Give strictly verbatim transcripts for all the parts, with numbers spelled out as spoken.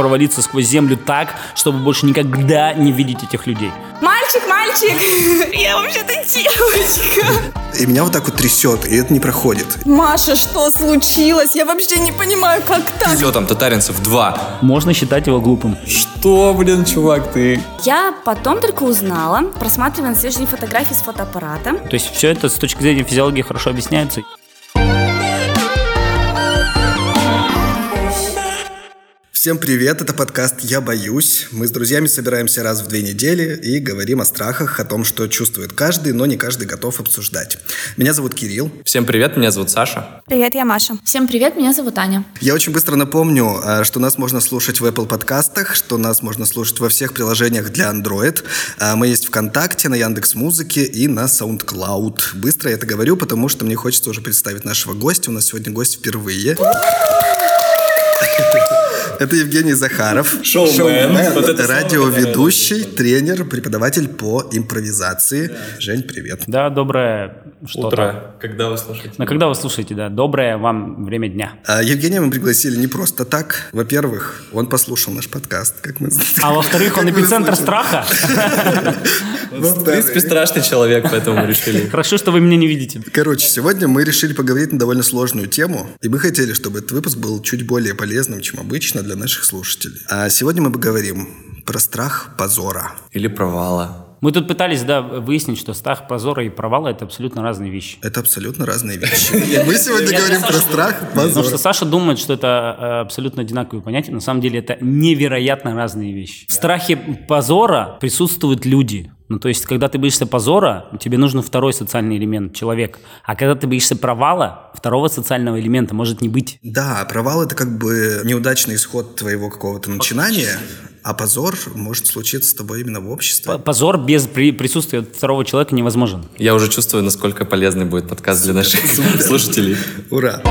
провалиться сквозь землю так, чтобы больше никогда не видеть этих людей. Мальчик, мальчик, я вообще-то девочка. И меня вот так вот трясет, и это не проходит. Маша, что случилось? Я вообще не понимаю, как так? Все, там, Татаринцев два. Можно считать его глупым. Что, блин, чувак, ты... Я потом только узнала, просматривая на следующий день фотографии с фотоаппарата. То есть все это с точки зрения физиологии хорошо объясняется. Всем привет, это подкаст «Я боюсь». Мы с друзьями собираемся раз в две недели и говорим о страхах, о том, что чувствует каждый, но не каждый готов обсуждать. Меня зовут Кирилл. Всем привет, меня зовут Саша. Привет, я Маша. Всем привет, меня зовут Аня. Я очень быстро напомню, что нас можно слушать в Apple подкастах, что нас можно слушать во всех приложениях для Android. Мы есть ВКонтакте, на Яндекс.Музыке и на SoundCloud. Быстро я это говорю, потому что мне хочется уже представить нашего гостя. У нас сегодня гость впервые. Это Евгений Захаров, шоумен, вот радиоведущий, тренер, преподаватель по импровизации. Да. Жень, привет. Да, доброе что-то. Утро, когда вы слушаете? Ну, когда вы слушаете, да. Доброе вам время дня. А Евгения мы пригласили не просто так. Во-первых, он послушал наш подкаст, как мы знаем. А во-вторых, он эпицентр страха. В принципе, страшный человек, поэтому мы решили. Хорошо, что вы меня не видите. Короче, сегодня мы решили поговорить на довольно сложную тему, и мы хотели, чтобы этот выпуск был чуть более полезным, чем обычно для наших слушателей. А сегодня мы поговорим про страх позора. Или провала. Мы тут пытались, да, выяснить, что страх позора и провала – это абсолютно разные вещи. Это абсолютно разные вещи. Мы сегодня говорим про страх позора. Потому что Саша думает, что это абсолютно одинаковые понятия. На самом деле это невероятно разные вещи. В страхе позора присутствуют люди. Ну, то есть, когда ты боишься позора, тебе нужен второй социальный элемент – человек. А когда ты боишься провала, второго социального элемента может не быть. Да, провал – это как бы неудачный исход твоего какого-то начинания, а позор может случиться с тобой именно в обществе. Позор без при- присутствия второго человека невозможен. Я уже чувствую, насколько полезный будет подкаст для наших слушателей. Ура!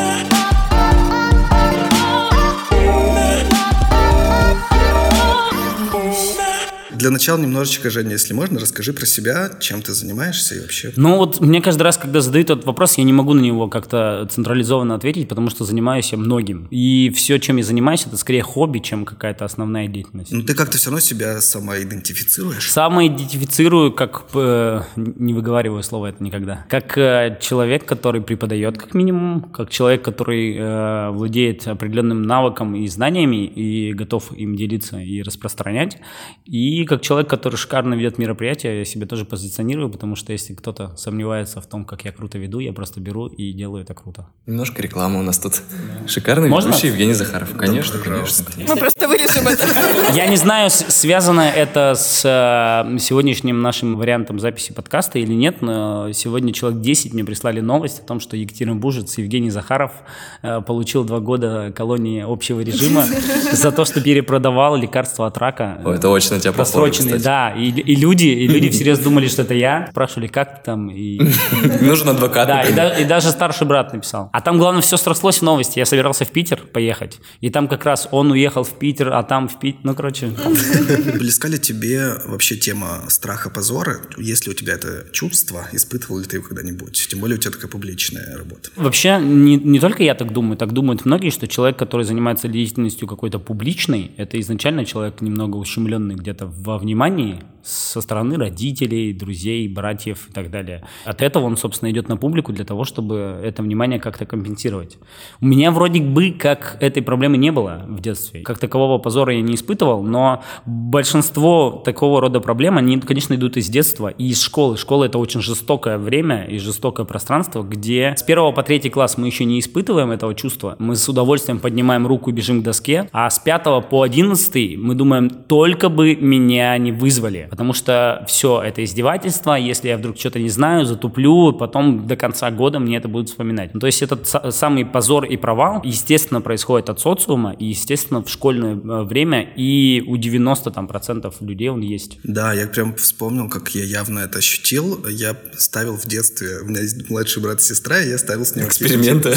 Для начала немножечко, Женя, если можно, расскажи про себя, чем ты занимаешься и вообще. Ну вот мне каждый раз, когда задают этот вопрос, я не могу на него как-то централизованно ответить, потому что занимаюсь я многим. И все, чем я занимаюсь, это скорее хобби, чем какая-то основная деятельность. Ну ты как-то все равно себя самоидентифицируешь? Самоидентифицирую, как, э, не выговариваю слово это никогда, как э, человек, который преподает как минимум, как человек, который э, владеет определенным навыком и знаниями и готов им делиться и распространять, и как человек, который шикарно ведет мероприятия, я себя тоже позиционирую, потому что если кто-то сомневается в том, как я круто веду, я просто беру и делаю это круто. Немножко рекламы у нас тут. Да. Шикарный Можно? ведущий Евгений Захаров. Конечно, да, конечно. Мы просто вырежем это. Я не знаю, связано это с сегодняшним нашим вариантом записи подкаста или нет, но сегодня человек десять мне прислали новость о том, что екатеринбуржец Евгений Захаров получил два года колонии общего режима за то, что перепродавал лекарства от рака. О, это очень на тебя похоже. Просроченные, да, и, и люди, и люди всерьез думали, что это я, спрашивали, как ты там, и... Нужен адвокат. Да, и, да, и даже старший брат написал. А там, главное, все срослось в новости. Я собирался в Питер поехать, и там как раз он уехал в Питер, а там в Питер, ну, короче... Близка ли тебе вообще тема страха позора? Есть ли у тебя это чувство? Испытывал ли ты его когда-нибудь? Тем более у тебя такая публичная работа. Вообще, не, не только я так думаю, так думают многие, что человек, который занимается деятельностью какой-то публичной, это изначально человек немного ущемленный где-то во внимании со стороны родителей, друзей, братьев и так далее. От этого он, собственно, идет на публику для того, чтобы это внимание как-то компенсировать. У меня вроде бы как этой проблемы не было в детстве. Как такового позора я не испытывал, но большинство такого рода проблем, они, конечно, идут из детства и из школы. Школа – это очень жестокое время и жестокое пространство, где с первого по третий класс мы еще не испытываем этого чувства. Мы с удовольствием поднимаем руку и бежим к доске, а с пятого по одиннадцатый мы думаем, только бы меня не вызвали. Потому что все, это издевательство, если я вдруг что-то не знаю, затуплю, потом до конца года мне это будут вспоминать. Ну, то есть этот с- самый позор и провал, естественно, происходит от социума, и, естественно, в школьное время, и у девяноста процентов людей он есть. Да, я прям вспомнил, как я явно это ощутил. Я ставил в детстве, у меня есть младший брат и сестра, и я ставил с ним эксперименты.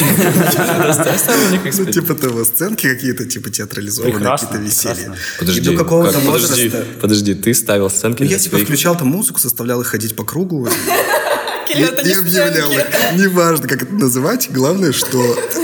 Ну, типа того, сценки какие-то, типа театрализованные, какие-то веселья. Подожди, подожди, ты ставил сценки? Ну, я типа включал там музыку, заставлял их ходить по кругу и объявлял их. Неважно, как это называть, главное, что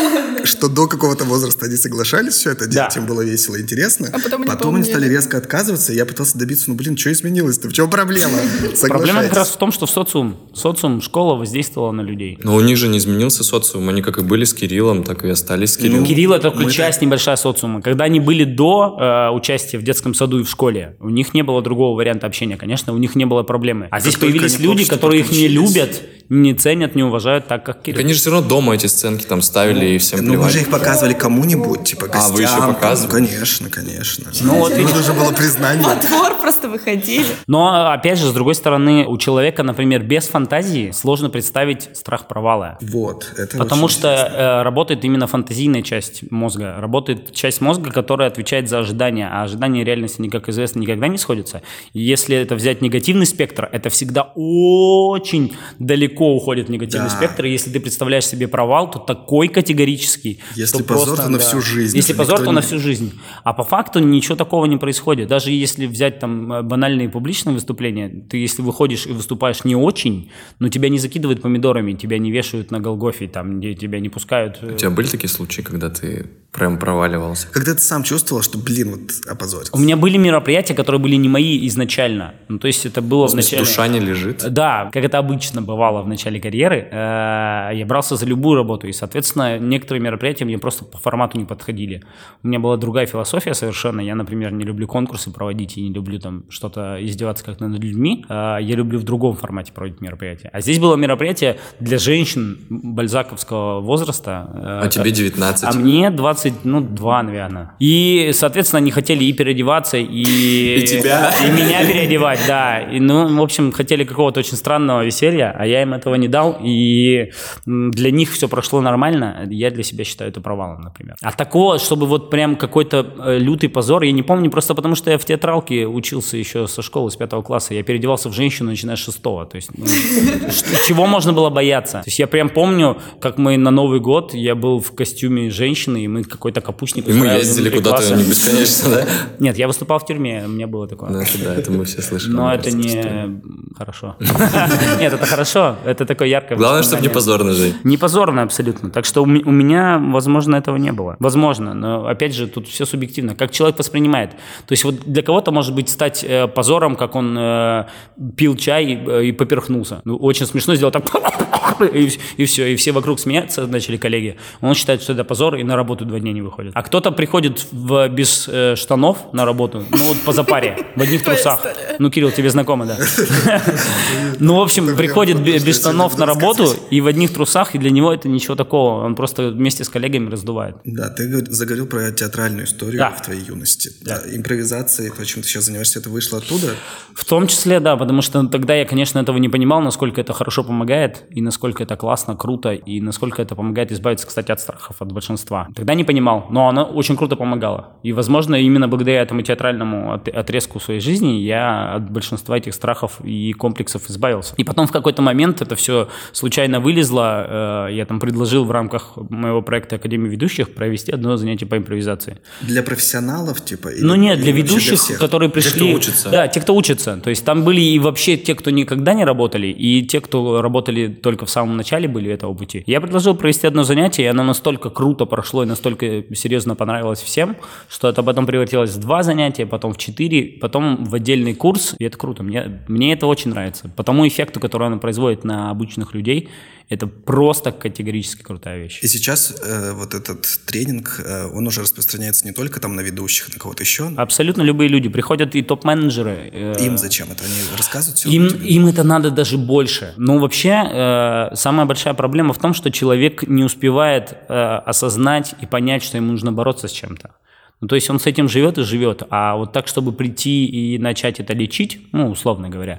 что до какого-то возраста они соглашались все это делать, Да. им было весело и интересно. А потом они Потом они поумнели. стали резко отказываться, и я пытался добиться, ну, блин, что изменилось-то? В чем проблема? Проблема Соглашайтесь. как раз в том, что в социум, социум, школа воздействовала на людей. Но у них же не изменился социум. Они как и были с Кириллом, так и остались с Кириллом. Кирилл — это только мы часть небольшая социума. Когда они были до э, участия в детском саду и в школе, у них не было другого варианта общения. Конечно, у них не было проблемы. А здесь только появились они к люди, обществу которые их не подключились. любят, не ценят, не уважают так, как Так Кирилл. они же все равно дома эти сценки там ставили и всем Ну, мы плевать. же их показывали кому-нибудь, типа, А, гостям. вы еще там. показывали? Конечно, конечно. Ну, вот Ну, видишь. это же было признание. Во двор просто выходили. Но, опять же, с другой стороны, у человека, например, без фантазии сложно представить страх провала. Вот, это Потому очень что интересно. э, работает именно фантазийная часть мозга. Работает часть мозга, которая отвечает за ожидания. А ожидания и реальности, как известно, никогда не сходятся. И если это взять негативный спектр, это всегда очень далеко уходит в негативный Да. спектр. И если ты представляешь себе провал, то такой категорический. Если что позор, просто, то на да. всю жизнь. Если Что позор, никто то не- на всю жизнь. А по факту ничего такого не происходит. Даже если взять там э, банальные публичные выступления, ты если выходишь и выступаешь не очень, но тебя не закидывают помидорами, тебя не вешают на Голгофе, там, где тебя не пускают. э, У тебя были такие случаи, когда ты прям проваливался? Когда ты сам чувствовал, что, блин, вот опозорился. У меня были мероприятия, которые были не мои изначально. Ну, то есть это было В в смысле, начале... душа не лежит? Да, как это обычно бывало в начале карьеры, э, я брался за любую работу, и, соответственно, некоторые мероприятия мне просто по формату не подходили. У меня была другая философия совершенно. Я, например, не люблю конкурсы проводить и не люблю там что-то издеваться как-то над людьми. Э, я люблю в другом формате проводить мероприятия. А здесь было мероприятие для женщин бальзаковского возраста. э, А тебе девятнадцать. А мне двадцать, ну, два, наверное. И, соответственно, они хотели и переодеваться, и... И тебя. И меня переодевать, да. И, ну, в общем, хотели какого-то очень странного веселья, а я им этого не дал, и м, для них все прошло нормально. Я для себя считаю это провалом, например. А такого, чтобы вот прям какой-то э, лютый позор, я не помню, просто потому что я в театралке учился еще со школы, с пятого класса. Я переодевался в женщину, начиная с шестого. То есть, ну, что- чего можно было бояться? То есть я прям помню, как мы на Новый год, я был в костюме женщины, и мы какой-то капустник И мы устраивали ездили внутри куда-то класса. не бесконечно, да? Нет, я выступал в тюрьме, у меня было такое. Ну, это да, это мы все слышали. Но мне это кажется, не историю. хорошо. Нет, это хорошо. Это такое яркое Главное, чтобы не воспоминание. позорно жить. Не позорно абсолютно. Так что у ме- у меня, возможно, этого не было. Возможно, но опять же, тут все субъективно. Как человек воспринимает. То есть вот для кого-то может быть стать э, позором, как он э, пил чай и, э, и поперхнулся. Ну, очень смешно сделал так, и, и все, и все вокруг смеяться начали коллеги. Он считает, что это позор, и на работу два дня не выходит. А кто-то приходит в, без э, штанов на работу, ну вот по запаре, в одних трусах. Ну, Кирилл, тебе знакомо, да? Ну, в общем, приходит бе- без штанов на работу и в одних трусах, и для него это ничего такого. Он просто вместе с коллегами раздувает. Да, ты говор- заговорил про театральную историю Да. в твоей юности. Да. Импровизация, то, чем ты сейчас занимаешься, это вышло оттуда? В том числе, да, потому что тогда я, конечно, этого не понимал, насколько это хорошо помогает, и насколько это классно, круто, и насколько это помогает избавиться, кстати, от страхов, от большинства. Тогда не понимал, но оно очень круто помогало. И, возможно, именно благодаря этому театральному от- отрезку своей жизни я от большинства этих страхов и комплексов избавился. И потом в какой-то момент это все случайно вылезло. э, Я там предложил в рамках моего проекта Академии ведущих провести одно занятие по импровизации. Для профессионалов, типа? или- Ну нет, для или вообще ведущих, всех? которые пришли... кто учится. Да, те, кто учится. То есть там были и вообще те, кто никогда не работали, и те, кто работали только в самом начале были этого пути. Я предложил провести одно занятие, и оно настолько круто прошло и настолько серьезно понравилось всем, что это потом превратилось в два занятия, потом в четыре, потом в отдельный курс. И это круто. Мне, мне это очень нравится. По тому эффекту, который оно производит на обычных людей, это просто категорически крутая вещь. И сейчас э, вот этот тренинг, э, он уже распространяется не только там на ведущих, на кого-то еще. Абсолютно любые люди. Приходят и топ-менеджеры. э, Им зачем это? Они рассказывают все? Им, им это надо даже больше. Ну, вообще, э, самая большая проблема в том, что человек не успевает э, осознать и понять, что ему нужно бороться с чем-то. Ну, то есть он с этим живет и живет, а вот так, чтобы прийти и начать это лечить, ну, условно говоря,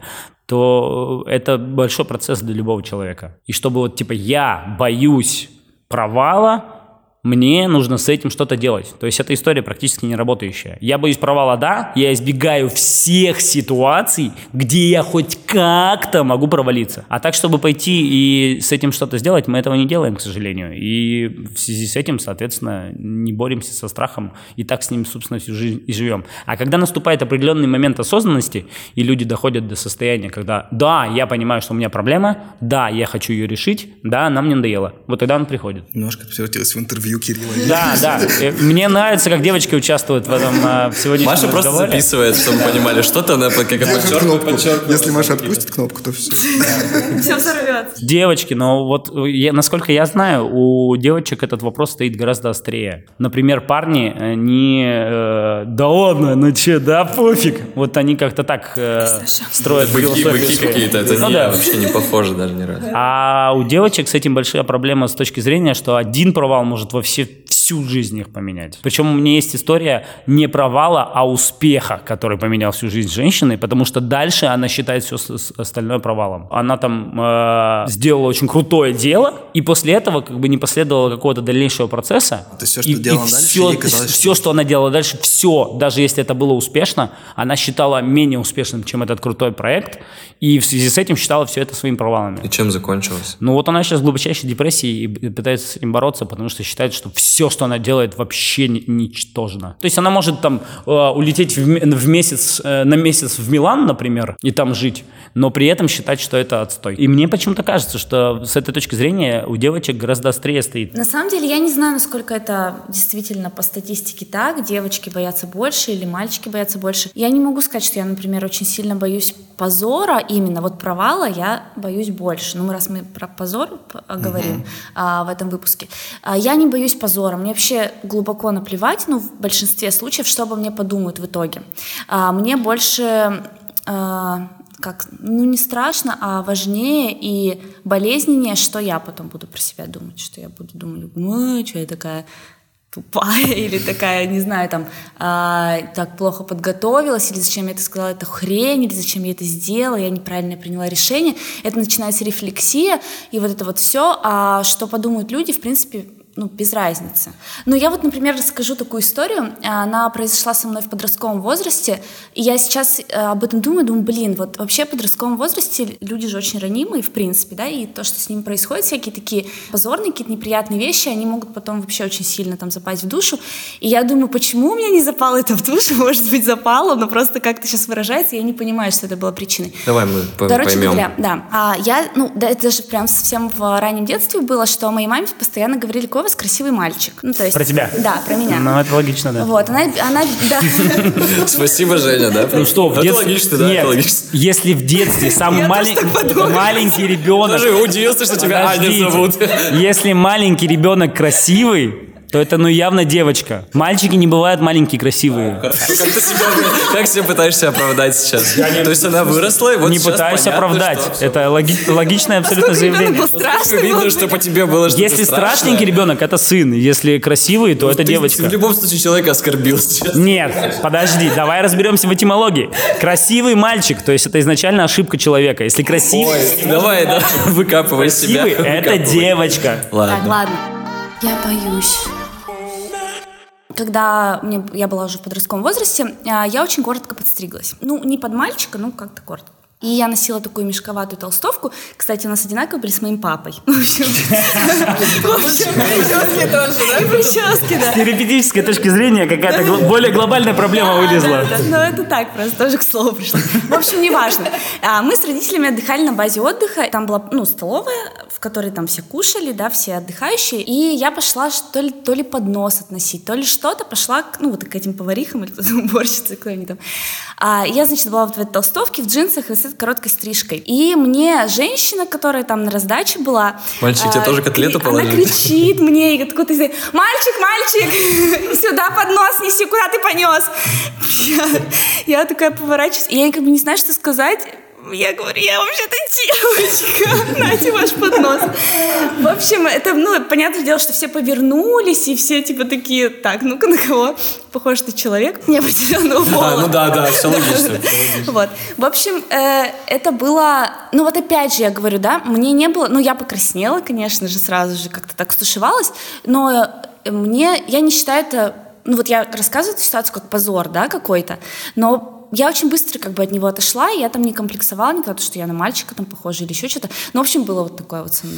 то это большой процесс для любого человека. И чтобы вот типа я боюсь провала, мне нужно с этим что-то делать. То есть эта история практически не работающая. Я боюсь провала, да, я избегаю всех ситуаций, где я хоть как-то могу провалиться. А так, чтобы пойти и с этим что-то сделать, мы этого не делаем, к сожалению. И в связи с этим, соответственно, не боремся со страхом, и так с ним, собственно, всю жизнь и живем. А когда наступает определенный момент осознанности, и люди доходят до состояния, когда да, я понимаю, что у меня проблема, да, я хочу ее решить, да, она мне надоела. Вот тогда он приходит. Немножко превратилось в интервью. семью Кирилловой. Да, да. Мне нравится, как девочки участвуют в этом в сегодняшнем Маша просто разговоре. записывает, чтобы мы понимали, что-то она как подчеркивает, подчеркивает. Если Маша отпустит кнопку, то все. Все взорвется. Девочки, но вот я, насколько я знаю, у девочек этот вопрос стоит гораздо острее. Например, парни не э, да ладно, ну че, да пофиг. Вот они как-то так э, строят Быки, философию. быки какие-то, это Ну не, да. вообще не похоже даже ни разу. А у девочек с этим большая проблема с точки зрения, что один провал может во все, всю жизнь их поменять. Причем у меня есть история не провала, а успеха, который поменял всю жизнь женщины, потому что дальше она считает все остальное провалом. Она там э, сделала очень крутое дело, и после этого как бы не последовало какого-то дальнейшего процесса. То есть все, что и, делала и дальше, все, ей казалось, все, что она делала дальше, все, даже если это было успешно, она считала менее успешным, чем этот крутой проект, и в связи с этим считала все это своими провалами. И чем закончилось? Ну вот она сейчас в глубочайшей депрессии и пытается с этим бороться, потому что считает, что все, что она делает, вообще ничтожно. То есть она может там э, улететь в, в месяц, э, на месяц в Милан, например, и там жить, но при этом считать, что это отстой. И мне почему-то кажется, что с этой точки зрения у девочек гораздо острее стоит. На самом деле я не знаю, насколько это действительно по статистике так. Девочки боятся больше или мальчики боятся больше. Я не могу сказать, что я, например, очень сильно боюсь позора, именно вот провала я боюсь больше. Ну, раз мы про позор говорим uh-huh. а, в этом выпуске. А, я не боюсь позора. Мне вообще глубоко наплевать, ну, в большинстве случаев, что обо мне подумают в итоге. А, мне больше... А, как, ну, не страшно, а важнее и болезненнее, что я потом буду про себя думать, что я буду думать, ну, что я такая тупая, или такая, не знаю, там, а, так плохо подготовилась, или зачем я это сказала, это хрень, или зачем я это сделала, я неправильно приняла решение. Это начинается рефлексия, и вот это вот все, а что подумают люди, в принципе, ну, без разницы. Но я вот, например, расскажу такую историю. Она произошла со мной в подростковом возрасте, и я сейчас об этом думаю, думаю, блин, вот вообще в подростковом возрасте люди же очень ранимые, в принципе, да, и то, что с ними происходит, всякие такие позорные, какие-то неприятные вещи, они могут потом вообще очень сильно там запасть в душу. И я думаю, почему у меня не запало это в душу? Может быть, запало, но просто как-то сейчас выражается, я не понимаю, что это было причиной. Давай мы по- Короче поймем. говоря, да. А я, ну, да, это же прям совсем в раннем детстве было, что моей маме постоянно говорили, какой у вас красивый мальчик. Ну, то есть, Про тебя? Да, про меня. Ну, это логично, да. Вот, она, она, да. Спасибо, Женя, да? Ну что, в Это детстве... логично, да, Нет, это логично. если в детстве самый Я малень- тоже так подумала. маленький ребенок... Даже удивился, что тебя Аня Подождите. зовут. Если маленький ребенок красивый, то это, ну, явно девочка. Мальчики не бывают маленькие красивые. Как ты себя, как себя пытаешься оправдать сейчас? То есть она выросла, и вот Не сейчас пытаюсь понятно, оправдать. что- Это логи- логичное абсолютно Насколько ребенок заявление. был страшный, Видно, был. что по тебе было что-то Если страшное. страшненький ребенок, это сын. Если красивый, то это Ты девочка. в любом случае человека оскорбил сейчас. Нет, подожди, давай разберемся в этимологии. Красивый мальчик, то есть это изначально ошибка человека. Если красивый, Ой, давай, да, выкапывай себя. красивый, это выкапывай. девочка. Так, Ладно. ладно. Я боюсь. Когда мне, я была уже в подростковом возрасте, а, я очень коротко подстриглась. Ну, не под мальчика, ну, как-то коротко. И я носила такую мешковатую толстовку. Кстати, у нас одинаковые были с моим папой. В общем, прически тоже, да? Прически, да. С терапевтической точки зрения какая-то гл- более глобальная проблема вылезла. Да, да, да. Ну, это так просто, тоже к слову пришло. В общем, неважно. А, Мы с родителями отдыхали на базе отдыха. Там была, ну, столовая, в которой там все кушали, да, все отдыхающие. И я пошла то ли, то ли поднос относить, то ли что-то. Пошла, к, ну, вот к этим поварихам или кто-то уборщице, кто они там. А, я, значит, была вот в этой толстовке, в джинсах и с этой короткой стрижкой. И мне женщина, которая там на раздаче была... Мальчик, тебе а, тоже котлету кри- положили? Она кричит мне, и откуда-то из- мальчик, мальчик, сюда поднос неси, куда ты понес? Я, я такая поворачиваюсь, и я как бы не знаю, что сказать. Я говорю, я вообще-то девочка, нате ваш поднос. В общем, это, ну, понятное дело, что все повернулись, и все типа такие, так, ну-ка, на кого похож ты человек неопределенного пола. А, ну да, да, все логично. Вот. В общем, э, это было... Ну вот опять же я говорю, да, мне не было... Ну я покраснела, конечно же, сразу же как-то так стушевалась, но мне... Я не считаю это... Ну вот я рассказываю эту ситуацию как позор, да, какой-то, но я очень быстро как бы от него отошла, и я там не комплексовала никогда, что я на мальчика там похожа или еще что-то. Ну, в общем, было вот такое вот со мной.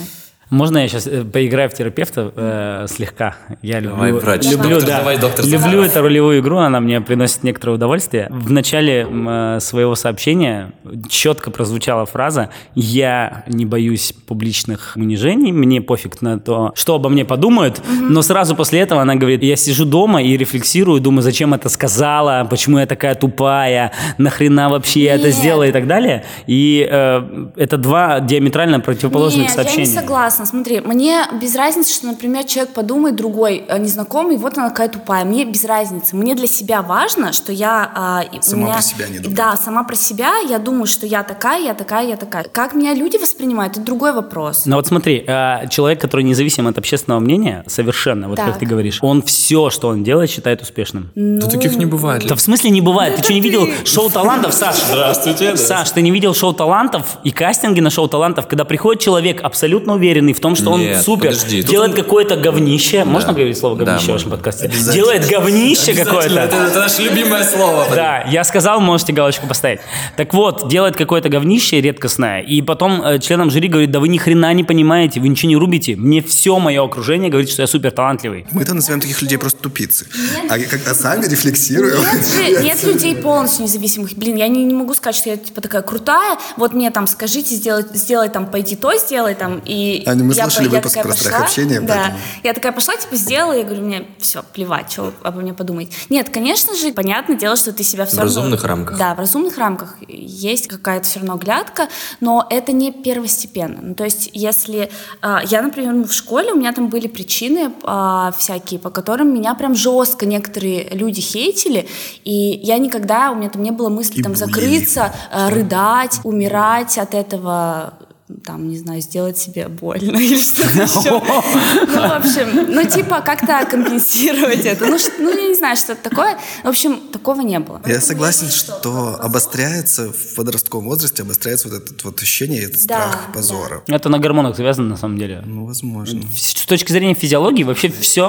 Можно я сейчас поиграю в терапевта э, слегка? Я люблю, Давай, врач. люблю, Доктор, да, давай, доктор, люблю эту ролевую игру, она мне приносит некоторое удовольствие. В начале э, своего сообщения четко прозвучала фраза «Я не боюсь публичных унижений, мне пофиг на то, что обо мне подумают», mm-hmm. но сразу после этого она говорит: «Я сижу дома и рефлексирую, думаю, зачем это сказала, почему я такая тупая, нахрена вообще я это сделала» и так далее. И э, это два диаметрально противоположных Нет, сообщения. я не согласна. Смотри, мне без разницы, что, например, человек подумает, другой незнакомый, вот она какая тупая. Мне без разницы. Мне для себя важно, что я... Э, сама меня, про себя не думаю. Да, сама про себя. Я думаю, что я такая, я такая, я такая. Как меня люди воспринимают, это другой вопрос. Но вот смотри, э, человек, который независим от общественного мнения, совершенно, вот так. как ты говоришь, он все, что он делает, считает успешным. Ну... Да таких не бывает. Да в смысле не бывает? Ты что, не видел шоу талантов, Саш? Здравствуйте. Саш, ты не видел шоу талантов и кастинги на шоу талантов, когда приходит человек абсолютно уверенный в том, что Нет, он супер, подожди, тут делает он- какое-то говнище, можно говорить слово Да, говнище в можно. вашем подкасте? Делает говнище какое-то. Это, это наше любимое слово. Да, я сказал, можете галочку поставить. Так вот, делает какое-то говнище редкостное, и потом э, членам жюри говорит: да вы ни хрена не понимаете, вы ничего не рубите. Мне все мое окружение говорит, что я супер талантливый. Мы-то называем таких людей просто тупицы. А когда сами рефлексируем... Нет же, нет людей полностью независимых. Блин, я не, не могу сказать, что я типа такая крутая. Вот мне там скажите, сделай, сделай там, пойди то, сделай там. И Аня, мы я, слушали я выпуск такая про страх пошла, общения, Да. поэтому- Я такая пошла, типа сделала, я говорю, мне все, плевать, что обо мне подумать. Нет, конечно же, понятное дело, что ты себя все В равно... разумных рамках. Да, в разумных рамках есть какая-то все равно глядка, но это не первостепенно. Ну, то есть, если... э, я, например, ну, в школе, у меня там были причины э, всякие, по которым меня прям жестко некоторые люди хейтили, и я никогда, у меня там не было мысли И там булили. закрыться, э, рыдать, умирать от этого... там, не знаю, сделать себе больно или что-то еще. Ну, в общем, ну, типа, как-то компенсировать это. Ну, ш- ну, я не знаю, что это такое. В общем, такого не было. Я согласен, что обостряется в подростковом возрасте, обостряется вот это вот ощущение, этот Да, страх да. позора. Это на гормонах связано на самом деле. Ну, возможно. С точки зрения физиологии вообще все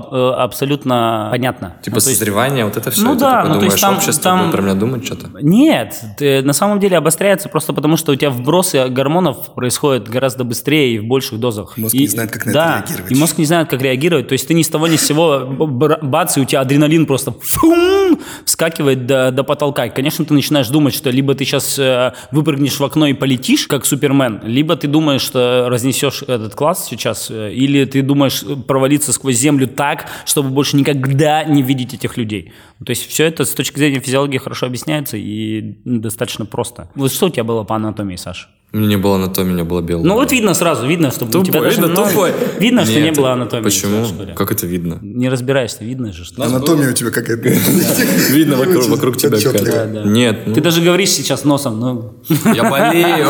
абсолютно понятно. Типа Ну, то есть- созревание, вот это все. Ну ты да, такой ну то думаешь, есть там- общество там- будет про меня думать что-то. Нет, ты- на самом деле обостряется просто потому, что у тебя вбросы гормонов происходят гораздо быстрее и в больших дозах. Мозг И- не знает, как на да, это реагировать. и мозг не знает, как реагировать. То есть ты ни с того ни с сего б- бац, и у тебя адреналин просто фум, вскакивает до, до потолка. И, конечно, ты начинаешь думать, что либо ты сейчас э, выпрыгнешь в окно и полетишь, как Супермен, либо ты думаешь, что разнесешь этот класс сейчас, э, или ты думаешь провалиться сквозь землю так, чтобы больше никогда не видеть этих людей. То есть все это с точки зрения физиологии хорошо объясняется и достаточно просто. Вот что у тебя было по анатомии, Саша? У меня не было анатомии, у меня было белое. Ну вот видно сразу, видно, что у тебя Тупой, даже, видно, ну, тупой. видно, что Нет, не было анатомии. Почему? в школе. Как это видно? Не разбираешься, видно же, что... Анатомия у тебя какая-то. Видно вокруг, вокруг тебя Отчетливо. какая-то. Да, да. Нет, ну, Ты даже говоришь сейчас носом, ну... я болею.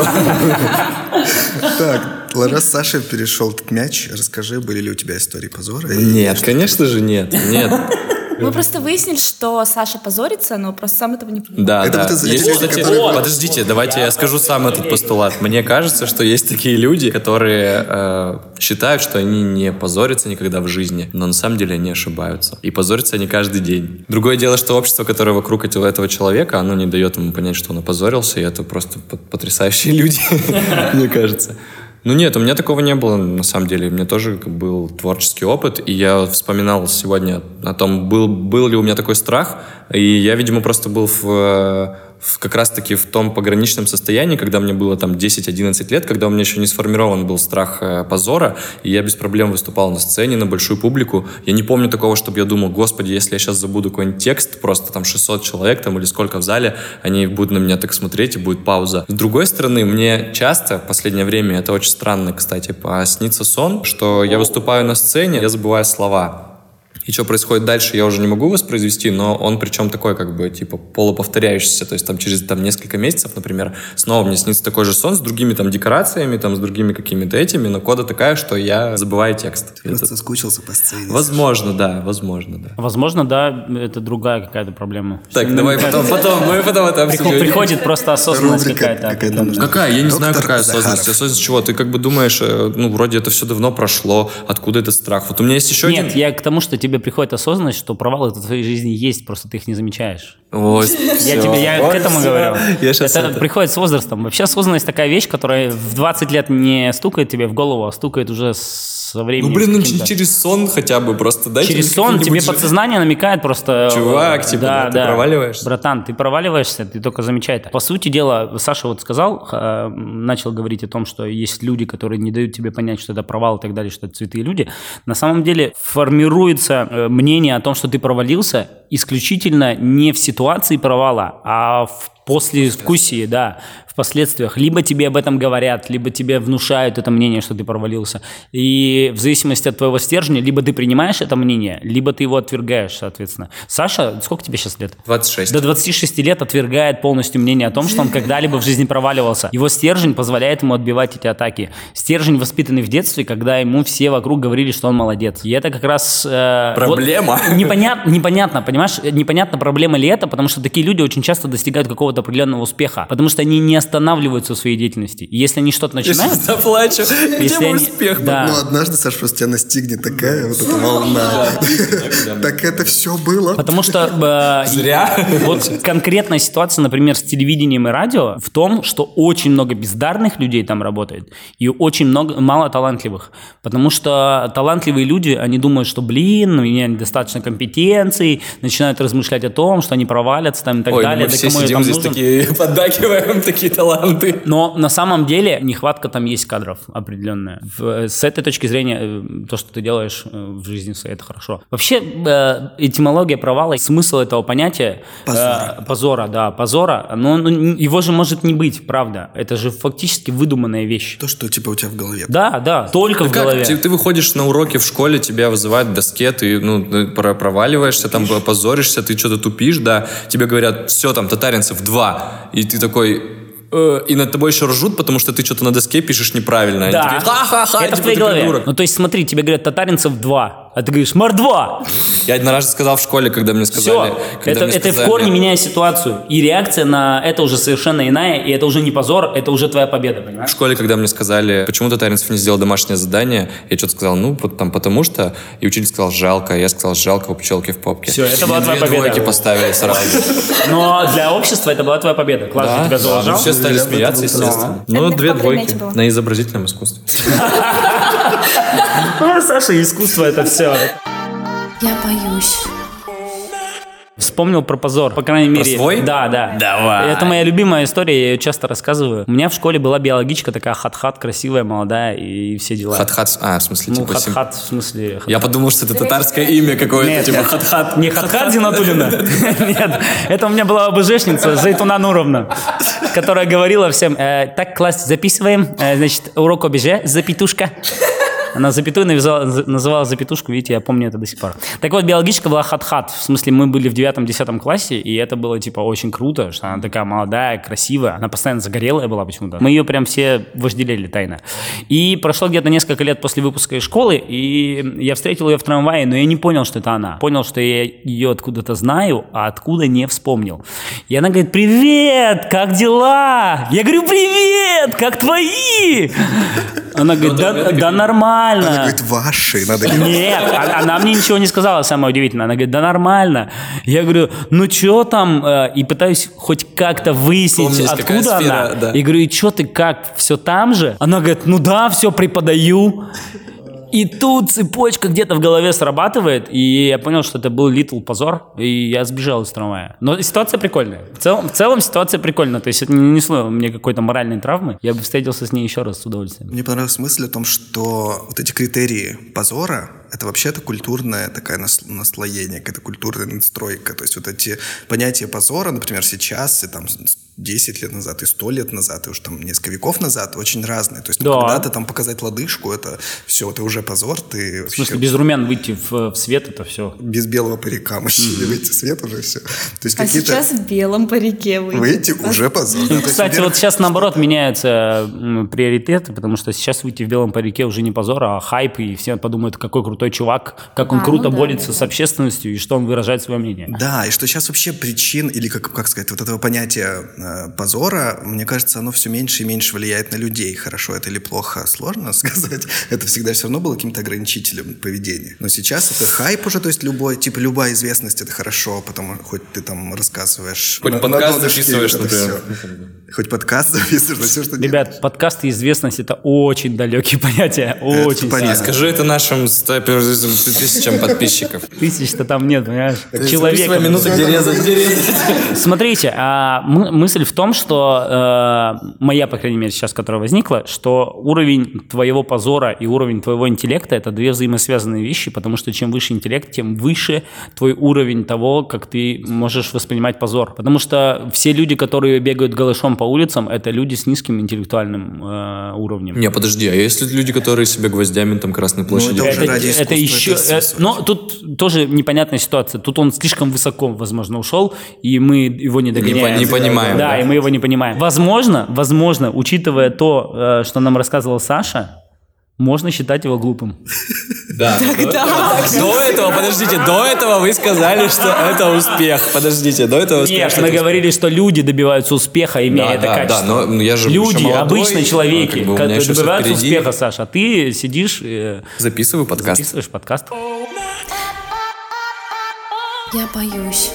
Так, раз Саша перешел этот мяч, расскажи, были ли у тебя истории позора? И- Нет, конечно же нет. Нет. Мы просто выяснили, что Саша позорится, но просто сам этого не понимает. Да, Это да. вот из- Есть, эти люди, кстати, которые- подождите, давайте я скажу сам этот постулат. Мне кажется, что есть такие люди, которые э, считают, что они не позорятся никогда в жизни, но на самом деле они ошибаются. И позорятся они каждый день. Другое дело, что общество, которое вокруг этого, этого человека, оно не дает ему понять, что он опозорился, и это просто п- потрясающие люди, мне кажется. Ну нет, у меня такого не было, на самом деле. У меня тоже был творческий опыт, и я вспоминал сегодня о том, был, был ли у меня такой страх, и я, видимо, просто был в, в как раз-таки в том пограничном состоянии, когда мне было там десять-одиннадцать лет, когда у меня еще не сформирован был страх э, позора, и я без проблем выступал на сцене, на большую публику. Я не помню такого, чтобы я думал: господи, если я сейчас забуду какой-нибудь текст, просто там шестьсот человек там или сколько в зале, они будут на меня так смотреть, и будет пауза. С другой стороны, мне часто в последнее время, это очень странно, кстати, снится сон, что я выступаю на сцене, я забываю слова. И что происходит дальше, я уже не могу воспроизвести, но он причем такой, как бы, типа, полуповторяющийся. То есть там через там, несколько месяцев, например, снова мне снится такой же сон с другими там декорациями, там, с другими какими-то этими, но кода такая, что я забываю текст. Просто Это- соскучился по сцене. Возможно, да, возможно, да. Возможно, да, это другая какая-то проблема. Так, Ну, давай какая-то- потом, потом, мы потом это Приход- обсудим. Приходит просто осознанность Рубрика какая-то. какая-то определенная. нужна. Какая? Я не знаю, Доктор какая Захаров. осознанность. Осознанность чего? Ты как бы думаешь, э, ну, вроде это все давно прошло, откуда этот страх? Вот у меня есть еще Нет, один... я к тому, что тебе приходит осознанность, что провалы в твоей жизни есть, просто ты их не замечаешь. Ой, Я тебе, я Ой, к этому всё. говорю. Я щас это, это- приходит с возрастом. Вообще осознанность такая вещь, которая в двадцать лет не стукает тебе в голову, а стукает уже со временем. Ну, блин, ну каким-то. через сон хотя бы просто дайте Через мне сон тебе какие-нибудь же- подсознание намекает просто... Чувак, типа, да, ты проваливаешься. Братан, ты проваливаешься, ты только замечай это. По сути дела, Саша вот сказал, э, начал говорить о том, что есть люди, которые не дают тебе понять, что это провал и так далее, что это святые люди. На самом деле формируется э, мнение о том, что ты провалился исключительно не в ситуации провала, а в послевкусии, да, в последствиях. Либо тебе об этом говорят, либо тебе внушают это мнение, что ты провалился. И в зависимости от твоего стержня, либо ты принимаешь это мнение, либо ты его отвергаешь, соответственно. Саша, сколько тебе сейчас лет? двадцать шесть. До двадцати шести лет отвергает полностью мнение о том, что он когда-либо в жизни проваливался. Его стержень позволяет ему отбивать эти атаки. Стержень, воспитанный в детстве, когда ему все вокруг говорили, что он молодец. И это как раз... Э, Проблема. вот непонятно, непонятно, понимаешь? Непонятно, проблема ли это, потому что такие люди очень часто достигают какого-то определенного успеха, потому что они не останавливаются в своей деятельности. И если они что-то Я начинают... сейчас заплачу. Где Если мой они- успех? Да. Ну, однажды, Саш, просто тебя настигнет такая вот эта волна. Так это все было. Потому что э, Зря. вот конкретная ситуация, например, с телевидением и радио в том, что очень много бездарных людей там работает и очень много мало талантливых. Потому что талантливые люди, они думают, что, блин, у меня недостаточно компетенций, начинают размышлять о том, что они провалятся там и так Ой, ну далее. мы Да все кому я сидим там здесь нужен? такие, поддакиваем такие таланты. Но на самом деле нехватка там есть кадров определенная. В- с этой точки зрения э, то, что ты делаешь э, в жизни своей, это хорошо. Вообще э, этимология провала, смысл этого понятия э, Позора. позора, да, позора, но ну, н- его же может не быть, правда. Это же фактически выдуманная вещь. То, что типа у тебя в голове. Да, да, только в Как? голове. Ты, ты выходишь на уроки в школе, тебя вызывают к доске, ты, ну, ты про- проваливаешься, там позоришься, ты что-то тупишь, да, тебе говорят, все, там, татаринцев два, и ты такой... э, И над тобой еще ржут, потому что ты что-то на доске пишешь неправильно. Они Да, такие, ха-ха-ха, это в типа, твоей ты голове. придурок. Ну, то есть, смотри, тебе говорят татаринцев два, а ты говоришь мордва. Я однажды сказал в школе, когда мне сказали... Все, когда это, мне это в сказали- корне меняет ситуацию. И реакция на это уже совершенно иная, и это уже не позор, это уже твоя победа, В понимаешь? школе, когда мне сказали, почему татаринцев не сделал домашнее задание, я что-то сказал, ну, вот там, потому что, и учитель сказал, жалко, я сказал, жалко, у пчелки в попке. Всё, это была Мне твоя две победа. двойки поставили сразу. Но для общества это была твоя победа. Класс, я тебя Да, заложил. мы все стали Я смеяться, бы естественно. Это Ну, на две каком двойки предмете было? на изобразительном искусстве. Ну, Саша, искусство это все. Я боюсь. Вспомнил про позор, по крайней мере. свой? Да, да. Давай. Это моя любимая история, я ее часто рассказываю. У меня в школе была биологичка такая хат-хат, красивая, молодая и все дела. Хат-хат, а, в смысле, Ну, типа... сим- хат-хат, в смысле... Я подумал, что это татарское имя какое-то, Нет, типа нет. хат-хат. Не Хатхат Зинатуллина. Нет, это у меня была ОБЖшница Зайтуна Нуровна, которая говорила всем, «Э, так, класс, записываем, Э, значит, урок ОБЖ, запятушка. Она запятую навязала- за- называла запятушку, видите, я помню это до сих пор. Так вот, биологичка была хат-хат, в смысле, мы были в девятом-десятом классе, и это было, типа, очень круто, что она такая молодая, красивая, она постоянно загорелая была почему-то. Мы ее прям все вожделели тайно. И прошло где-то несколько лет после выпуска из школы, и я встретил ее в трамвае, но я не понял, что это она. Понял, что я ее откуда-то знаю, а откуда не вспомнил. И она говорит, привет, как дела? Я говорю, привет, как твои? Она говорит, да, да нормально. Она говорит, ваши, надо... Нет, а- она мне ничего не сказала, самое удивительное. Она говорит, да нормально. Я говорю, ну что там? Э, И пытаюсь хоть как-то выяснить, Помнишь, какая откуда сфера, она. да. И говорю, и что ты, как, все там же? Она говорит, ну да, все преподаю. И тут цепочка где-то в голове срабатывает, и я понял, что это был little позор, и я сбежал из трамвая. Но ситуация прикольная. В целом, в целом ситуация прикольная, то есть это не несло мне какой-то моральной травмы. Я бы встретился с ней еще раз с удовольствием. Мне понравилась мысль о том, что вот эти критерии позора — это вообще-то культурное такое нас- наслоение, какая-то культурная надстройка. То есть вот эти понятия позора, например, сейчас и там десять лет назад, и сто лет назад, и уж там несколько веков назад очень разные. То есть ну, Да. когда-то там показать лодыжку, это все, это уже позор, ты В вообще смысле, без румян выйти в, в свет, это все. без белого парика мужчине выйти в свет уже все. То есть А какие-то... сейчас в белом парике выйти. Выйти уже позор. Да, то есть, Кстати, во-первых, вот сейчас наоборот меняются м, приоритеты, потому что сейчас выйти в белом парике уже не позор, а хайп, и все подумают, какой крутой чувак, как он А, круто ну да, борется да, с общественностью и что он выражает свое мнение. Да, и что сейчас вообще причин, или как, как сказать, вот этого понятия э, позора, мне кажется, оно все меньше и меньше влияет на людей. Хорошо это или плохо, сложно сказать. Это всегда все равно было каким-то ограничителем поведения. Но сейчас это хайп уже, то есть любой, типа любая известность это хорошо, потому хоть ты там рассказываешь... Хоть на, подкаст на записываешь, например. Хоть подкаст записываешь, все, что Ребят, делаешь. подкаст и известность — это очень далекие понятия, очень понятно. сильно. Скажи это нашим сто тысячам подписчиков. Тысяч-то там нет, понимаешь? Человек. Человек. Минуту где резать, где резать. Смотрите, а, м- мысль в том, что э, моя, по крайней мере, сейчас, которая возникла, что уровень твоего позора и уровень твоего интеллекта — это две взаимосвязанные вещи, потому что чем выше интеллект, тем выше твой уровень того, как ты можешь воспринимать позор. Потому что все люди, которые бегают голышом по улицам, это люди с низким интеллектуальным э, уровнем. Не, подожди, а если люди, которые себя гвоздями там Красной площади... это уже Это, ради это еще, искусства, это э, но тут тоже непонятная ситуация. Тут он слишком высоко, возможно, ушел, и мы его не догоняем. Не, по- не понимаем, Да, да. и мы его не понимаем. Возможно, возможно, учитывая то, э, что нам рассказывал Саша, можно считать его глупым. Да. До этого, подождите, до этого вы сказали, что это успех. Подождите, до этого вы сказали, Нет, что мы это говорили, что люди добиваются успеха, имея Да, это да, качество. да, но я же еще Люди, молодой, обычные человеки, как бы у меня которые еще всё добиваются впереди. успеха, Саша, а ты сидишь, э, Записываю подкаст. записываешь подкаст. Я боюсь.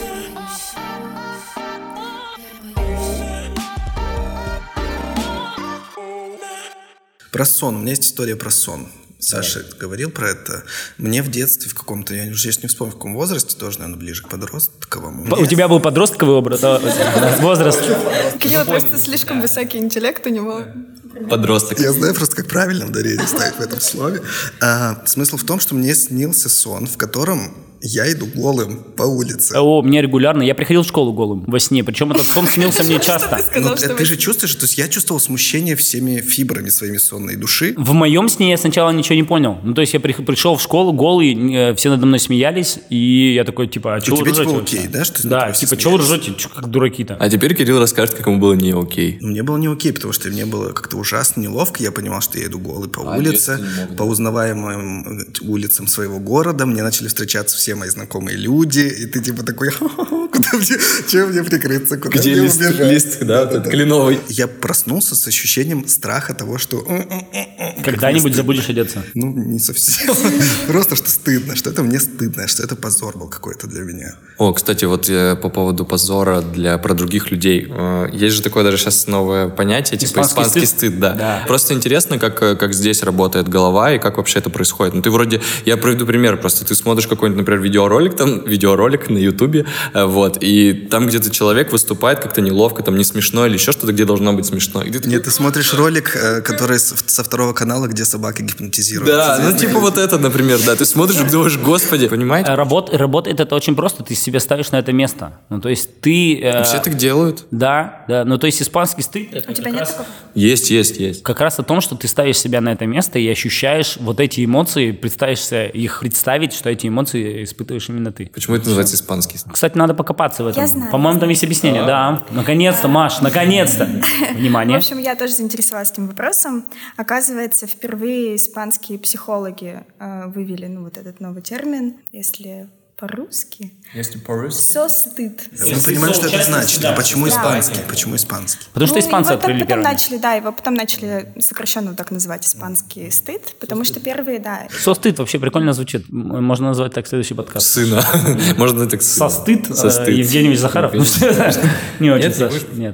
Про сон. У меня есть история про сон. Саша говорил про это. Мне в детстве в каком-то, я уже не вспомню, в каком возрасте, тоже, наверное, ближе к подростковому. У тебя был подростковый образ, э, возраст. Кирилл просто слишком высокий интеллект у него. Подросток. Я знаю просто, как правильно ударение ставить в этом слове. А, смысл в том, что мне снился сон, в котором я иду голым по улице. О, мне регулярно. Я приходил в школу голым во сне, причем этот сон снился мне часто. Ну, Сказал, это что ты вы- же чувствуешь, то есть я чувствовал смущение всеми фибрами своими сонной души. В моем сне я сначала ничего не понял. Ну, то есть я при- пришел в школу голый, э, все надо мной смеялись, и я такой, типа, а что вы тебе, ржете типа, вообще? окей, да, что над Да, тобой все типа, что вы смеялись? ржете, Чё, как дураки-то? А теперь Кирилл расскажет, как ему было не окей. Ну, мне было не окей, потому что мне было как-то ужасно неловко. Я понимал, что я иду голый по А, улице, если не мог, да. по узнаваемым э, улицам своего города. Мне начали встречаться все мои знакомые люди, и ты типа такой, куда мне, чем мне прикрыться, куда Где мне лист, убежать? лист, да, вот этот кленовый. Я проснулся с ощущением страха того, что... Когда-нибудь забудешь одеться. Ну, не совсем. Просто, что стыдно, что это мне стыдно, что это позор был какой-то для меня. О, кстати, вот э, по поводу позора для про других людей. Э, есть же такое даже сейчас новое понятие, типа Испанский испанский стыд? стыд, да. Да. Просто интересно, как, э, как здесь работает голова и как вообще это происходит. Ну, ты вроде, я приведу пример, просто ты смотришь какой-нибудь, например, видеоролик, там, видеоролик на Ютубе, э, вот, и там где-то человек выступает как-то неловко, там, не смешно или еще что-то, где должно быть смешно. И ты такой, Нет, ты смотришь ролик, э, который с- со второго канала, где собака гипнотизирует. да, ну, типа вот это, например, да. Ты смотришь и думаешь, господи, понимаете? Э, Работ, работает это очень просто, ты себя ставишь на это место. Ну, то есть ты... э, Все так делают. Да, да, ну, то есть испанский стыд... это У тебя как нет раз- такого? Есть, есть, есть. Как раз о том, что ты ставишь себя на это место и ощущаешь вот эти эмоции, представишься их представить, что эти эмоции испытываешь именно ты. Почему это называется испанский стыд? Кстати, надо покопаться в этом. Я знаю. По-моему, там есть объяснение. Да, наконец-то, Маш, наконец-то. В Внимание. общем, я тоже заинтересовалась этим вопросом. Оказывается, впервые испанские психологи э, вывели ну, вот этот новый термин, если по-русски. Если по-русски. Со-стыд. Мы понимаем, что это значит. Да. А почему Да. испанский? Почему испанский? Потому что Ну, испанцы его открыли потом первыми. начали, да, его потом начали сокращенно так называть испанский стыд, потому что первые, да. Со-стыд вообще прикольно звучит. М, Можно назвать так следующий подкаст. Сына. Можно так сына. Со-стыд, Со э, стыд. Евгеньевич Захаров. Ну, что это? Не очень, Нет, Саш, не будет? нет.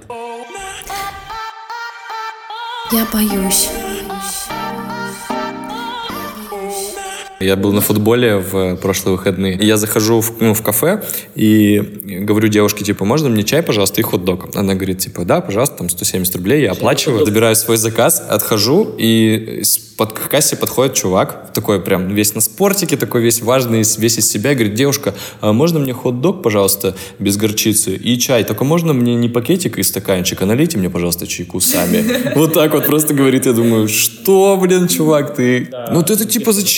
Я боюсь. Я был на футболе в прошлые выходные. И я захожу в, ну, в кафе и говорю девушке, типа, можно мне чай, пожалуйста, и хот-дог? Она говорит, типа, да, пожалуйста, там сто семьдесят рублей, я оплачиваю, забираю свой заказ, отхожу, и с- под, к кассе подходит чувак, такой прям весь на спортике, такой весь важный, весь из себя, и говорит, девушка, а можно мне хот-дог, пожалуйста, без горчицы, и чай, только можно мне не пакетик и стаканчик, а налейте мне, пожалуйста, чайку сами. Вот так вот просто говорит, я думаю, что, блин, чувак, ты... Ну, ты это, типа, зачем это так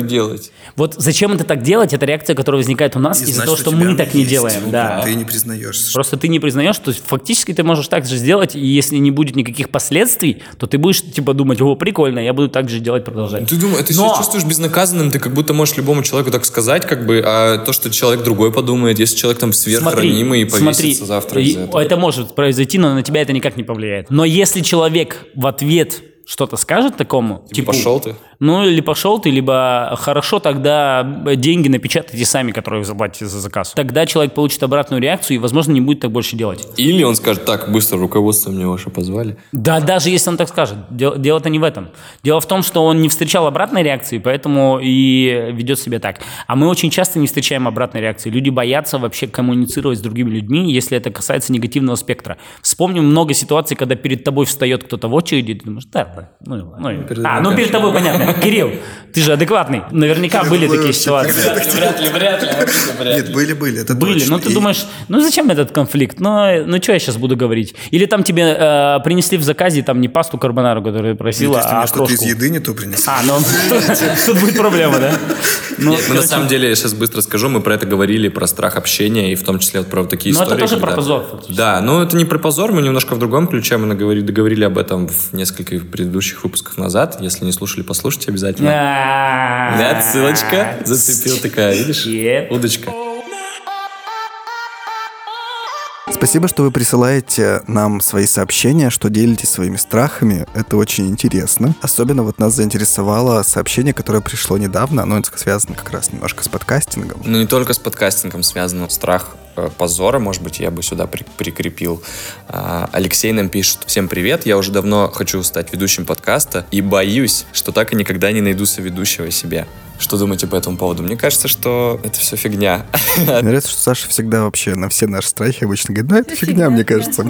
так делать. Вот зачем это так делать? Это реакция, которая возникает у нас И из-за значит, того, у что тебя мы так она не есть. делаем. Да. Ты не признаешься. Просто ты не признаешь, что фактически ты можешь так же сделать, и если не будет никаких последствий, то ты будешь типа думать: о, прикольно, я буду так же делать, продолжать. Ты думаешь, ты Но- себя чувствуешь безнаказанным, ты как будто можешь любому человеку так сказать, как бы, а то, что человек другой подумает, если человек там сверхранимый и повесится смотри, завтра и- из-за этого. это может произойти, но на тебя это никак не повлияет. Но если человек в ответ что-то скажет такому, Типа, пошел ты. ну, или пошел ты, либо хорошо, тогда деньги напечатайте сами, которые вы заплатите за заказ. Тогда человек получит обратную реакцию и, возможно, не будет так больше делать. Или он скажет: так, быстро, руководство мне ваше позвали. Да, даже если он так скажет. Дело- Дело-то не в этом. Дело в том, что он не встречал обратной реакции, поэтому и ведет себя так. А мы очень часто не встречаем обратной реакции. Люди боятся вообще коммуницировать с другими людьми, если это касается негативного спектра. Вспомним много ситуаций, когда перед тобой встает кто-то в очереди, и ты думаешь: да, да, ну, и ладно, ну, и- Перед а, тобой, ну перед тобой понятно. Кирилл, ты же адекватный. Наверняка были такие ситуации. Вряд ли, вряд ли. Нет, были-были, это Были, точно. но ты И- думаешь, ну зачем этот конфликт? Ну, ну что я сейчас буду говорить? Или там тебе э, принесли в заказе там не пасту карбонару, которую ты просила, Нет, если а мне что-то из крошку. еды не то принесли. А, ну тут будет проблема, да? Ну, Нет, мы на короче, самом деле, я сейчас быстро скажу, мы про это говорили, про страх общения, и в том числе вот про вот такие Но это истории. тоже про когда- позор, фактически. Да, но это не про позор, мы немножко в другом ключе, мы наговори- договорили об этом в нескольких предыдущих выпусках назад. Если не слушали, послушайте обязательно. Да, ссылочка. Зацепил такая, видишь? Yep. Удочка. Спасибо, что вы присылаете нам свои сообщения, что делитесь своими страхами. Это очень интересно. Особенно вот нас заинтересовало сообщение, которое пришло недавно. Оно связано как раз немножко с подкастингом. Ну, не только с подкастингом связан страх э, позора, может быть, я бы сюда при- прикрепил. А, Алексей нам пишет: всем привет, я уже давно хочу стать ведущим подкаста и боюсь, что так и никогда не найду соведущего себе. Что думаете по этому поводу? Мне кажется, что это все фигня. Мне нравится, что Саша всегда вообще на все наши страхи обычно говорит: ну, это фигня, мне кажется.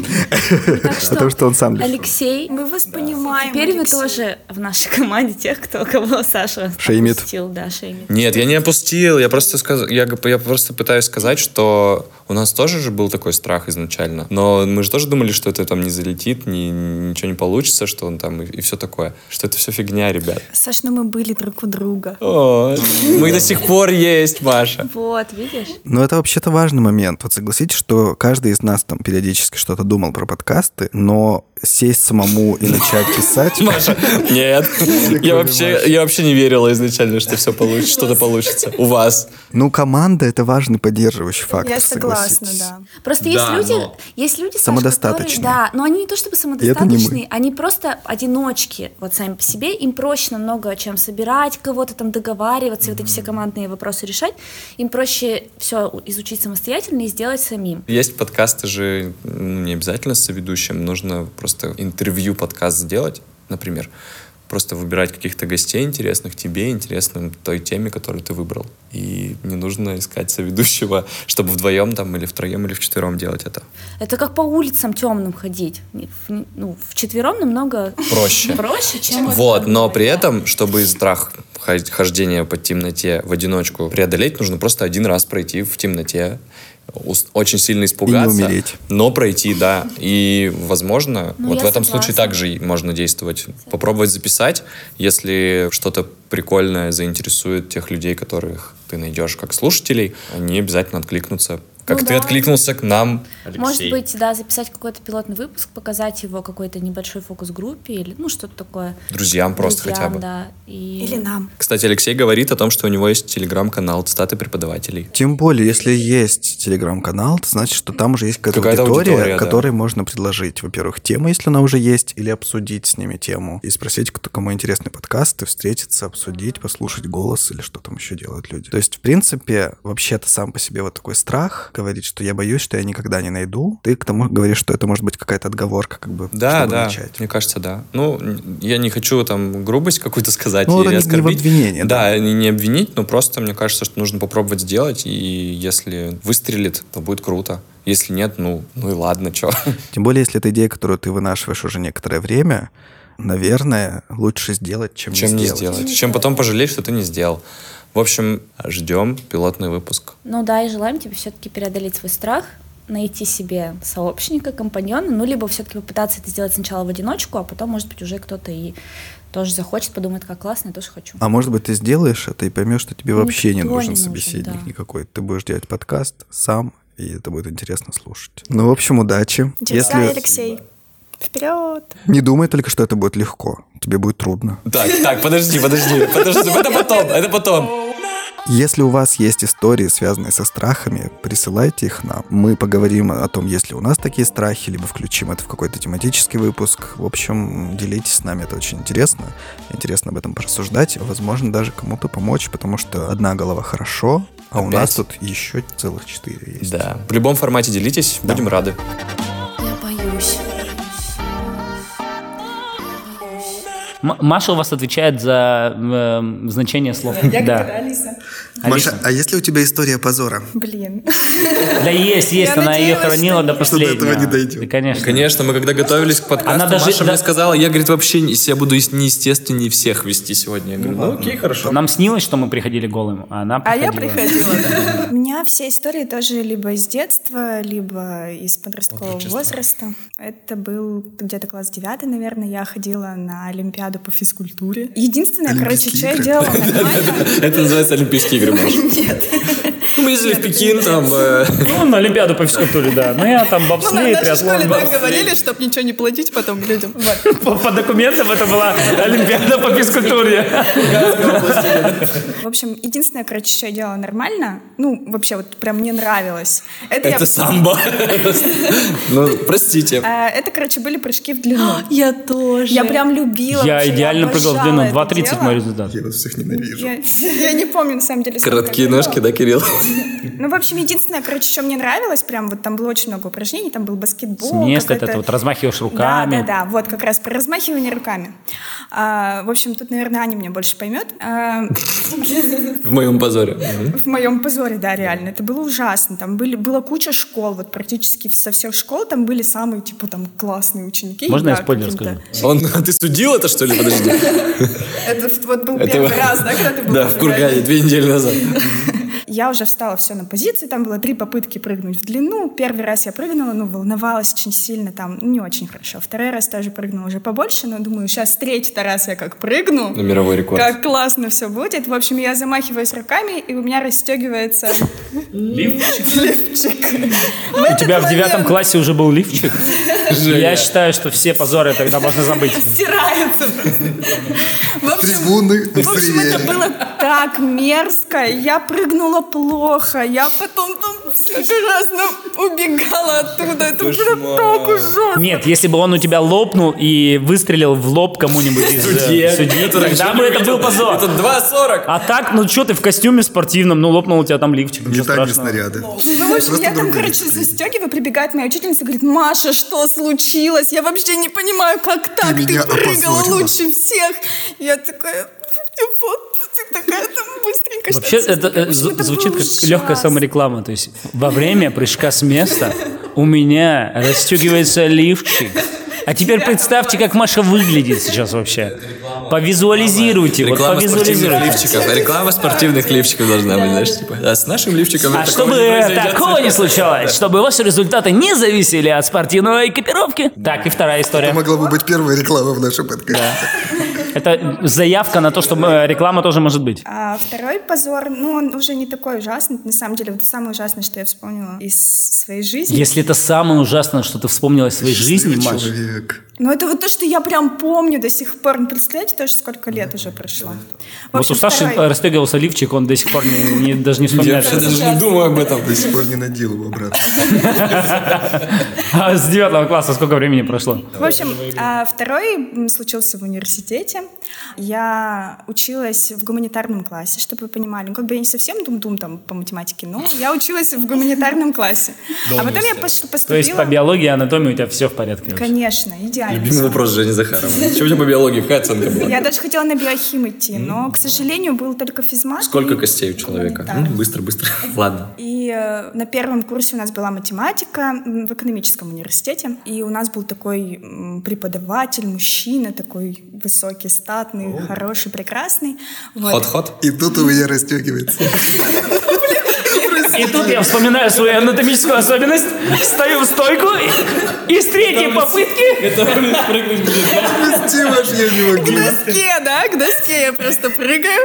Потому что он сам решил. Алексей, Мы вас понимаем, теперь вы Алексей. тоже в нашей команде тех, кто кого Саша Шеймит. опустил, да, шеймит. Нет, я не опустил, я просто, сказ... я, г- я просто пытаюсь сказать, что у нас тоже же был такой страх изначально, но мы же тоже думали, что это там не залетит, ни- ничего не получится, что он там и, и все такое, что это все фигня, ребят. Саш, ну мы были друг у друга. О, мы до сих пор есть, Маша. Вот, видишь? Но это вообще-то важный момент. Вот согласитесь, что каждый из нас там периодически что-то думал про подкасты, но сесть самому и начать писать... Маша, нет, я вообще, я вообще не верила изначально, что все получится, что-то получится. У вас. Ну, команда — это важный поддерживающий фактор, Я согласна, согласитесь. да. Просто есть Да, люди, но- есть люди, Саш, Самодостаточные. которые- да, но они не то чтобы это не мы. самодостаточные, они просто одиночки, вот сами по себе, им проще намного, чем собирать кого-то там, договариваться, и вот эти все командные вопросы решать, им проще все изучить самостоятельно и сделать самим. Есть подкасты же, ну, не обязательно с соведущим, нужно просто интервью подкаст сделать, например, просто выбирать каких-то гостей интересных тебе, интересным той теме, которую ты выбрал. И не нужно искать соведущего, чтобы вдвоем там или втроем, или вчетвером делать это. Это как по улицам темным ходить. Не- в- Ну, вчетвером намного Проще. проще, чем... Вот, но при этом, чтобы страх хо- хождения по темноте в одиночку преодолеть, нужно просто один раз пройти в темноте, ус- очень сильно испугаться, умереть. но пройти, да. И, возможно, Ну, вот я в этом согласна. случае также и можно действовать. Попробовать записать, если что-то прикольное заинтересует тех людей, которых ты найдешь как слушателей, они обязательно откликнутся. Как Ну ты да. откликнулся к нам, Алексей. Может быть, да, записать какой-то пилотный выпуск, показать его какой-то небольшой фокус-группе или, ну, что-то такое. Друзьям просто Друзьям, хотя бы. Да, и... Или нам. Кстати, Алексей говорит о том, что у него есть телеграм-канал «Цитаты преподавателей». Тем более, если есть телеграм-канал, это значит, что там уже есть какая-то, Какая-то аудитория, аудитория, да. которой можно предложить, во-первых, тему, если она уже есть, или обсудить с ними тему, и спросить, кто, кому интересны подкасты, встретиться, обсудить, послушать голос или что там еще делают люди. То есть, в принципе, вообще-то сам по себе вот такой страх говорить, что я боюсь, что я никогда не найду. Ты к тому говоришь, что это может быть какая-то отговорка, как бы, Да, чтобы да, начать. мне кажется, да. Ну, я не хочу там грубость какую-то сказать Ну, или это не- не в оскорбить. обвинение, да. Да, не, не обвинить, но просто мне кажется, что нужно попробовать сделать, и если выстрелит, то будет круто. Если нет, ну, ну и ладно, что. Тем более, если это идея, которую ты вынашиваешь уже некоторое время, наверное, лучше сделать, чем, Чем не не сделать. сделать. Чем потом пожалеть, что ты не сделал. В общем, ждем пилотный выпуск. Ну да, и желаем тебе все-таки преодолеть свой страх найти себе сообщника, компаньона, ну, либо все-таки попытаться это сделать сначала в одиночку, а потом, может быть, уже кто-то и тоже захочет, подумает, как классно, я тоже хочу. А может быть, ты сделаешь это и поймешь, что тебе вообще Никто не нужен не нужен, собеседник да. никакой. Ты будешь делать подкаст сам, и это будет интересно слушать. Ну, в общем, удачи. Если... Алексей, вперед! Не думай только, что это будет легко. Тебе будет трудно. Так, так, подожди, подожди, подожди, это потом, это потом. Если у вас есть истории, связанные со страхами, присылайте их нам. Мы поговорим о том, есть ли у нас такие страхи, либо включим это в какой-то тематический выпуск. В общем, делитесь с нами, это очень интересно. Интересно об этом порассуждать, возможно, даже кому-то помочь, потому что одна голова хорошо, а Опять? у нас тут еще целых четыре есть. Да, в любом формате делитесь, будем рады. Я боюсь. М- Маша у вас отвечает за э, значение слов. Я Да. как Алиса. Маша, а есть ли у тебя история позора? Блин. Да есть, есть, Я она ее надеялась, хранила что до нет. последнего. Что до этого не дойдет. Да, конечно. Конечно, мы когда готовились к подкасту, Она даже- Маша да- мне сказала, я, говорит, вообще не- себя буду неестественнее всех вести сегодня. Я говорю, ну окей, хорошо. Нам снилось, что мы приходили голым, а она А я приходила. приходила, да. У меня все истории тоже либо из детства, либо из подросткового возраста. Это был где-то класс девятый, наверное. Я ходила на Олимпиаду по физкультуре. Единственное, короче, Олимпийские что я игры? делала нормально. Это называется Олимпийские игры, Маша. Нет. Ну, мы ездили в Пекин, там... э, Ну, на Олимпиаду по физкультуре, да. Ну, я там Ну, бобслей, на нашей школе триатлон. так говорили, чтобы ничего не платить потом людям. Вот. По, по документам это была Олимпиада по физкультуре. В общем, единственное, короче, что я делала нормально, ну, вообще вот прям мне нравилось. Это, я- Это самбо. Ну, простите. А, это, короче, были прыжки в длину. Я тоже. Я прям любила. Я вообще, идеально прыгал в обожала длину. это два тридцать дело. мой результат. Я вас всех ненавижу. Я, я не помню, на самом деле, сколько Короткие я прыгала. ножки, да, Кирилл? Ну, в общем, единственное, короче, что мне нравилось, прям вот там было очень много упражнений, там был баскетбол. С места какой-то- это вот размахиваешь руками. Да, да, да, вот как раз про размахивание руками. А, в общем, тут, наверное, Аня меня больше поймет. А, В моем позоре. в моем позоре, да, реально. Это было ужасно. Там были, была куча школ, вот практически со всех школ там были самые, типа, там, классные ученики. Можно я Да, спойлер каким-то- скажу? Он, а ты судил это, что ли? Подожди. Это вот был Это- первый раз, да, когда ты был Да, в Кургане, две недели назад. Я уже встала все на позиции, там было три попытки прыгнуть в длину. Первый раз я прыгнула, ну, волновалась очень сильно, там, ну, не очень хорошо. Второй раз тоже прыгнула уже побольше, но думаю, сейчас третий раз я как прыгну. На мировой рекорд. Как классно все будет. В общем, я замахиваюсь руками, и у меня расстегивается лифчик. У тебя в девятом классе уже был лифчик? Женя. Я считаю, что все позоры тогда можно забыть. Стирается просто. В общем, Трибуны В общем, это привели. было так мерзко. Я прыгнула плохо. Я потом там столько раз ну, убегала оттуда. Это было так ужасно. Нет, если бы он у тебя лопнул и выстрелил в лоб кому-нибудь из э, Судье, судей, который тогда ничего бы не это увидел. был позор. Это два сорок. А так, ну что ты в костюме спортивном, ну лопнул у тебя там лифчик, ничего Метание страшного. снаряда. Ну, в общем, Просто я там, другой короче, лифт. застегиваю, прибегает моя учительница и говорит: Маша, что случилось? Я вообще не понимаю, как так? Ты, меня прыгала опозорила. лучше всех. Я такая... Вот, ты такая там быстренько... Вообще что-то это, э, В общем, зв- это звучит было как ужасно. легкая самореклама. То есть во время прыжка с места у меня расстегивается лифчик. А теперь представьте, как Маша выглядит сейчас вообще. Повизуализируйте, вот Реклама спортивных повизуализируйте. лифчиков. Реклама спортивных лифчиков должна быть, знаешь, типа. А с нашим лифчиком А такого чтобы не произойдет. такого не случалось, чтобы ваши результаты не зависели от спортивной экипировки. Так, и вторая Это история. могла бы быть первая реклама в нашем подкасте. Это заявка на то, что э, реклама тоже может быть. А второй позор, ну, он уже не такой ужасный. На самом деле, это самое ужасное, что я вспомнила из своей жизни. Если это самое ужасное, что ты вспомнила из своей жизни, Счастливый Маша. человек. Ну, это вот то, что я прям помню до сих пор. Ну, представляете, тоже сколько лет уже прошло. В Вот общем, у Саши второй- расстегивался лифчик, он до сих пор не, не- даже не Я вспоминает. вообще даже не думаю об этом. До сих пор не надел его обратно. А с девятого класса сколько времени прошло? В общем, а, второй м, случился в университете. Я училась в гуманитарном классе, чтобы вы понимали. Ну, как бы я не совсем дум-дум там по математике, но я училась в гуманитарном классе. А потом я пош- То есть по поступила... биологии и анатомии у тебя все в порядке? вообще? Конечно, идеально. Любимый вопрос Жени Захаровой. Что у тебя по биологии? Какая оценка была? Я даже хотела на биохим идти, но, к сожалению, был только физмат. Сколько и костей у человека? гуманитарий. Ну, быстро, быстро. Ладно. И э, на первом курсе у нас была математика м, в экономическом университете. И у нас был такой м, преподаватель, мужчина, такой высокий, статный, хороший, прекрасный. Вот. Ход-ход. И тут у меня расстегивается. И тут я вспоминаю свою анатомическую особенность, стою в стойку, и, и с третьей попытки... Это прыгнуть будет, я не могу. К доске, да? К доске я просто прыгаю.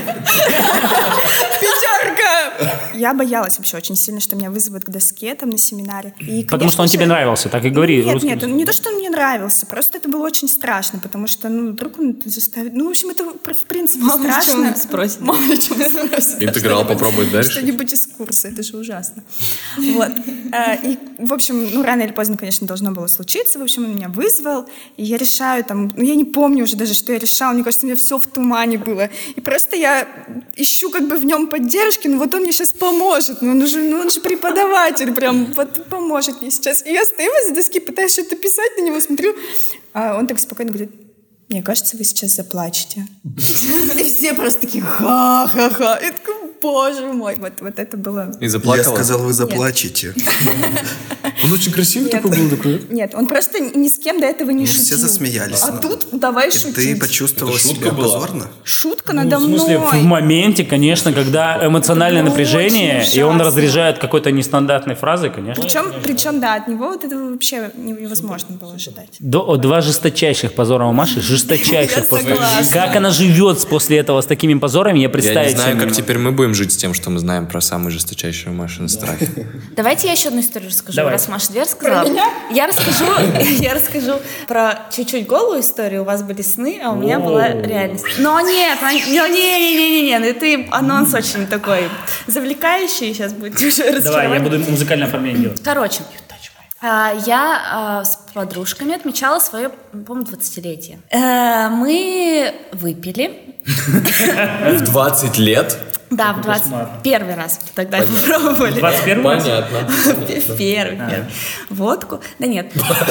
Пятерка! Я боялась вообще очень сильно, что меня вызовут к доске там на семинаре. И, потому что он же... тебе нравился, так и говори. Нет, нет, не то, что он мне нравился, просто это было очень страшно, потому что, ну, вдруг он заставит... Ну, в общем, это в принципе Мало страшно. Мало ли спросит. Мало ли чем спросит. Интеграл попробовать дальше? Что-нибудь из курса, это же ужасно. Вот. И, в общем, ну, рано или поздно, конечно, должно было случиться. В общем, он меня вызвал, и я решаю там... Ну, я не помню уже даже, что я решала. Мне кажется, у меня все в тумане было. И просто я ищу как бы в нем поддержки, ну, вот он мне сейчас поможет. Ну, он же, ну, он же преподаватель, прям вот поможет мне сейчас. И я стою возле доски, пытаюсь что-то писать на него, смотрю, а он так спокойно говорит: мне кажется, вы сейчас заплачете. И все просто такие ха-ха-ха. И такой: боже мой. Вот, вот это было... И заплакала? Я сказал, вы заплачете. Он очень красивый такой был. такой. Нет, он просто ни с кем до этого не Ну, шутил. все засмеялись. А тут давай И шутить. ты почувствовала себя позорно? Шутка Ну, надо в смысле, мной. в моменте, конечно, когда эмоциональное было напряжение, очень и он ужасно. разряжает какой-то нестандартной фразой, конечно. Причем, причем, да, от него вот этого вообще невозможно было ожидать. До, два жесточайших позора у Маши, жесточайших Я после. согласна. Как она живет после этого с такими позорами, я Я представить не знаю, себе как могу. теперь мы будем жить с тем, что мы знаем про самый жесточайший Машин страх. Давайте я еще одну историю расскажу, Давай. раз Маша дверь сказала. Я расскажу, я расскажу про чуть-чуть голую историю. У вас были сны, а у меня была реальность. Но нет, ну, не-не-не-не, ну это анонс очень такой завлекающий. Сейчас будет уже Давай, я разочарование. буду музыкальное оформление делать. Короче, а, я а, с подружками отмечала свое, по-моему, двадцатилетие. Э, Мы выпили. В двадцать лет? Да, в двадцать первый раз тогда попробовали. двадцать первый раз? Понятно. В первый, первый. Водку? Да нет.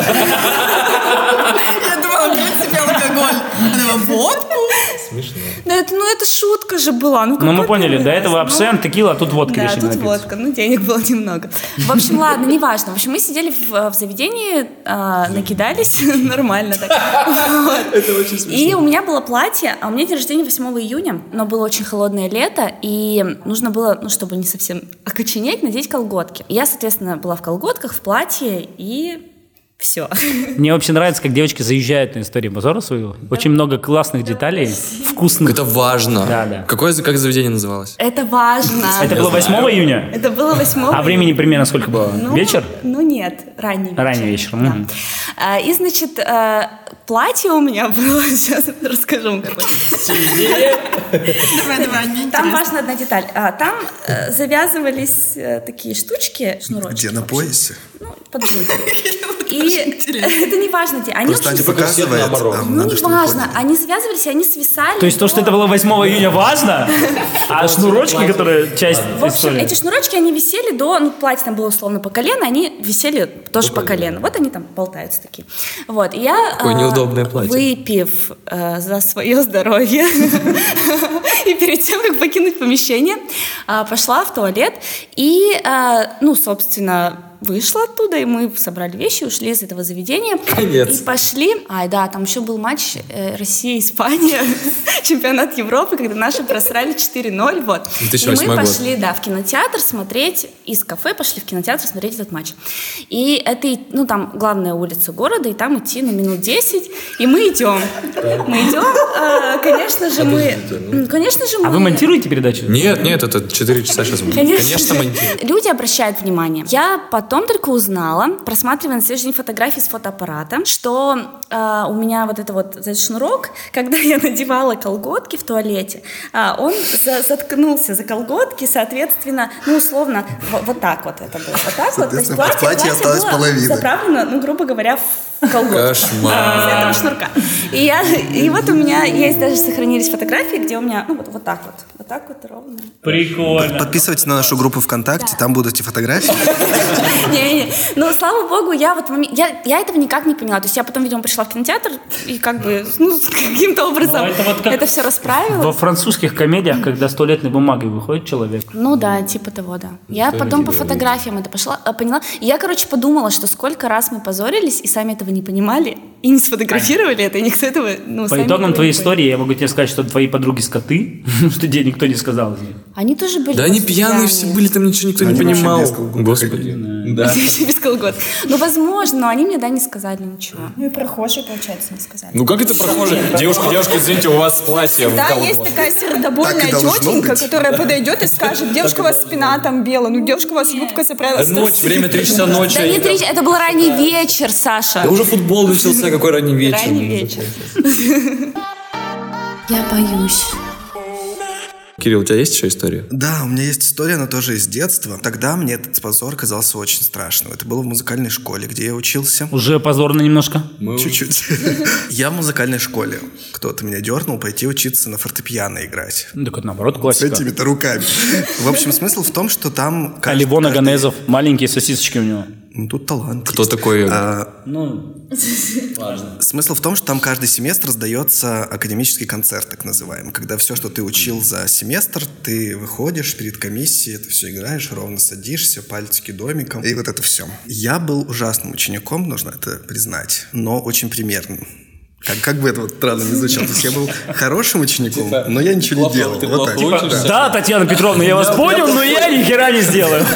Я думала, он пьет себе алкоголь. Она водку? Смешно. Ну это, ну это шутка же была. Ну, Ну, мы какой поняли, первый до раз? этого Ну, абсент, текила, а тут водка Да, решили тут напиться. водка, ну денег было немного. В общем, ладно, неважно. В общем, мы сидели в, в заведении, а, накидались нормально так. Вот. Это очень смешно. И у меня было платье, а у меня день рождения восьмого июня, но было очень холодное лето, и нужно было, ну, чтобы не совсем окоченеть, надеть колготки. Я, соответственно, была в колготках, в платье, и все. Мне вообще нравится, как девочки заезжают на историю позора свою. Очень много классных деталей, вкусных. Это важно. Да, да. Какое, как заведение называлось? Это важно. Это было восьмого июня? Это было восьмого А времени примерно сколько было? Ну, Вечер? Ну нет, ранний вечер. Ранний вечер. Да. Мгм. А, И, значит, э, платье у меня было, сейчас расскажу вам какое. Давай, давай, мне Там интересно. важна одна деталь. А, Там э, завязывались э, такие штучки, шнурочки. Где, на в общем. поясе? Ну, под грудью. И это не важно где. Они Просто очень... Аня показывает, а Ну, надо, не чтобы важно. поняли. Они связывались, и они свисали. То есть то, что это было восьмого июня, важно, а шнурочки, которые часть В общем, истории. эти шнурочки, они висели до... Ну, платье там было условно по колено, они висели тоже по колено. Вот они там болтаются такие. Вот, и я... Какое э, неудобное платье. Выпив э, за свое здоровье и перед тем, как покинуть помещение, э, пошла в туалет и, э, ну, собственно... Вышла оттуда, и мы собрали вещи, ушли из этого заведения. Конец. И пошли. Ай, да, там еще был матч э, Россия-Испания, чемпионат Европы, когда наши просрали четыре ноль. Вот. две тысячи И восьмой мы год. пошли, да, в кинотеатр смотреть, из кафе пошли в кинотеатр смотреть этот матч. И это, и- ну, там главная улица города, и там идти на минут десять, и мы идем. Мы идем, э, конечно же, мы... м, Конечно же, мы... А вы монтируете передачу? Нет, нет, это четыре часа сейчас будет. Конечно, Конечно, же. монтируем. Люди обращают внимание. Я потом только узнала, просматривая на следующий день фотографии с фотоаппарата, что э, у меня вот это вот этот шнурок, когда я надевала колготки в туалете, э, он за- заткнулся за колготки, соответственно, ну, условно, во- вот так вот это было. Вот так вот. То есть Соответственно, в платье осталась было половина. заправлено, ну, грубо говоря, в колготки. Кошмар. Из этого шнурка. И, я, и вот у меня есть даже сохранились фотографии, где у меня, ну, вот, вот так вот. Вот так вот ровно. Прикольно. Подписывайтесь на нашу группу ВКонтакте, там будут эти фотографии. Не-не-не. Но, слава богу, я вот в момент- я, я этого никак не поняла. То есть я потом, видимо, пришла в кинотеатр и как бы, ну, каким-то образом Ну, это вот как это все расправила. Во французских комедиях, когда с туалетной бумагой выходит человек. Ну да, типа того, да. Я потом по фотографиям это пошла, а, поняла. И я, короче, подумала, что сколько раз мы позорились и сами этого не понимали. И не сфотографировали это, и никто этого... Ну, По итогам твоей истории я могу тебе сказать, что твои подруги скоты, что тебе никто не сказал из них. Они тоже были... Да они пьяные все были, там ничего никто не понимал. Господи. Да. Без колгот. Ну, возможно, но они мне, да, не сказали ничего. Ну, и прохожие, получается, не сказали. Ну как это прохожие? Девушка, девушка, извините, у вас платье в Да, колгот. есть такая сердобольная тетенька, которая подойдет и скажет: девушка, у вас спина там белая, ну, девушка, у вас юбка заправилась. Ночь, время три часа ночи. Да не три, это был ранний вечер, Саша. Да уже футбол начался, какой ранний вечер. Ранний вечер. Я боюсь. Кирилл, у тебя есть еще история? Да, у меня есть история, но тоже из детства. Тогда мне этот позор казался очень страшным. Это было в музыкальной школе, где я учился. Уже позорно немножко. Чуть-чуть. Я в музыкальной школе. Кто-то меня дернул пойти учиться на фортепиано играть. Ну, так это наоборот С классика. этими-то руками. В общем, смысл в том, что там... А Ливон Аганезов, маленькие сосисочки у него. Ну, тут талант Кто есть. такой? А, Ну, Смысл в том, что там каждый семестр сдается академический концерт, так называемый. Когда все, что ты учил за семестр, ты выходишь перед комиссией, это все играешь, ровно садишься, пальчики домиком, и вот это все. Я был ужасным учеником, нужно это признать, но очень примерным. Как, как бы это вот странно не звучало. То есть я был хорошим учеником, но я ничего не делал. Вот так. типа, Да. да, Татьяна Петровна, я вас понял, но я ни хера не сделаю.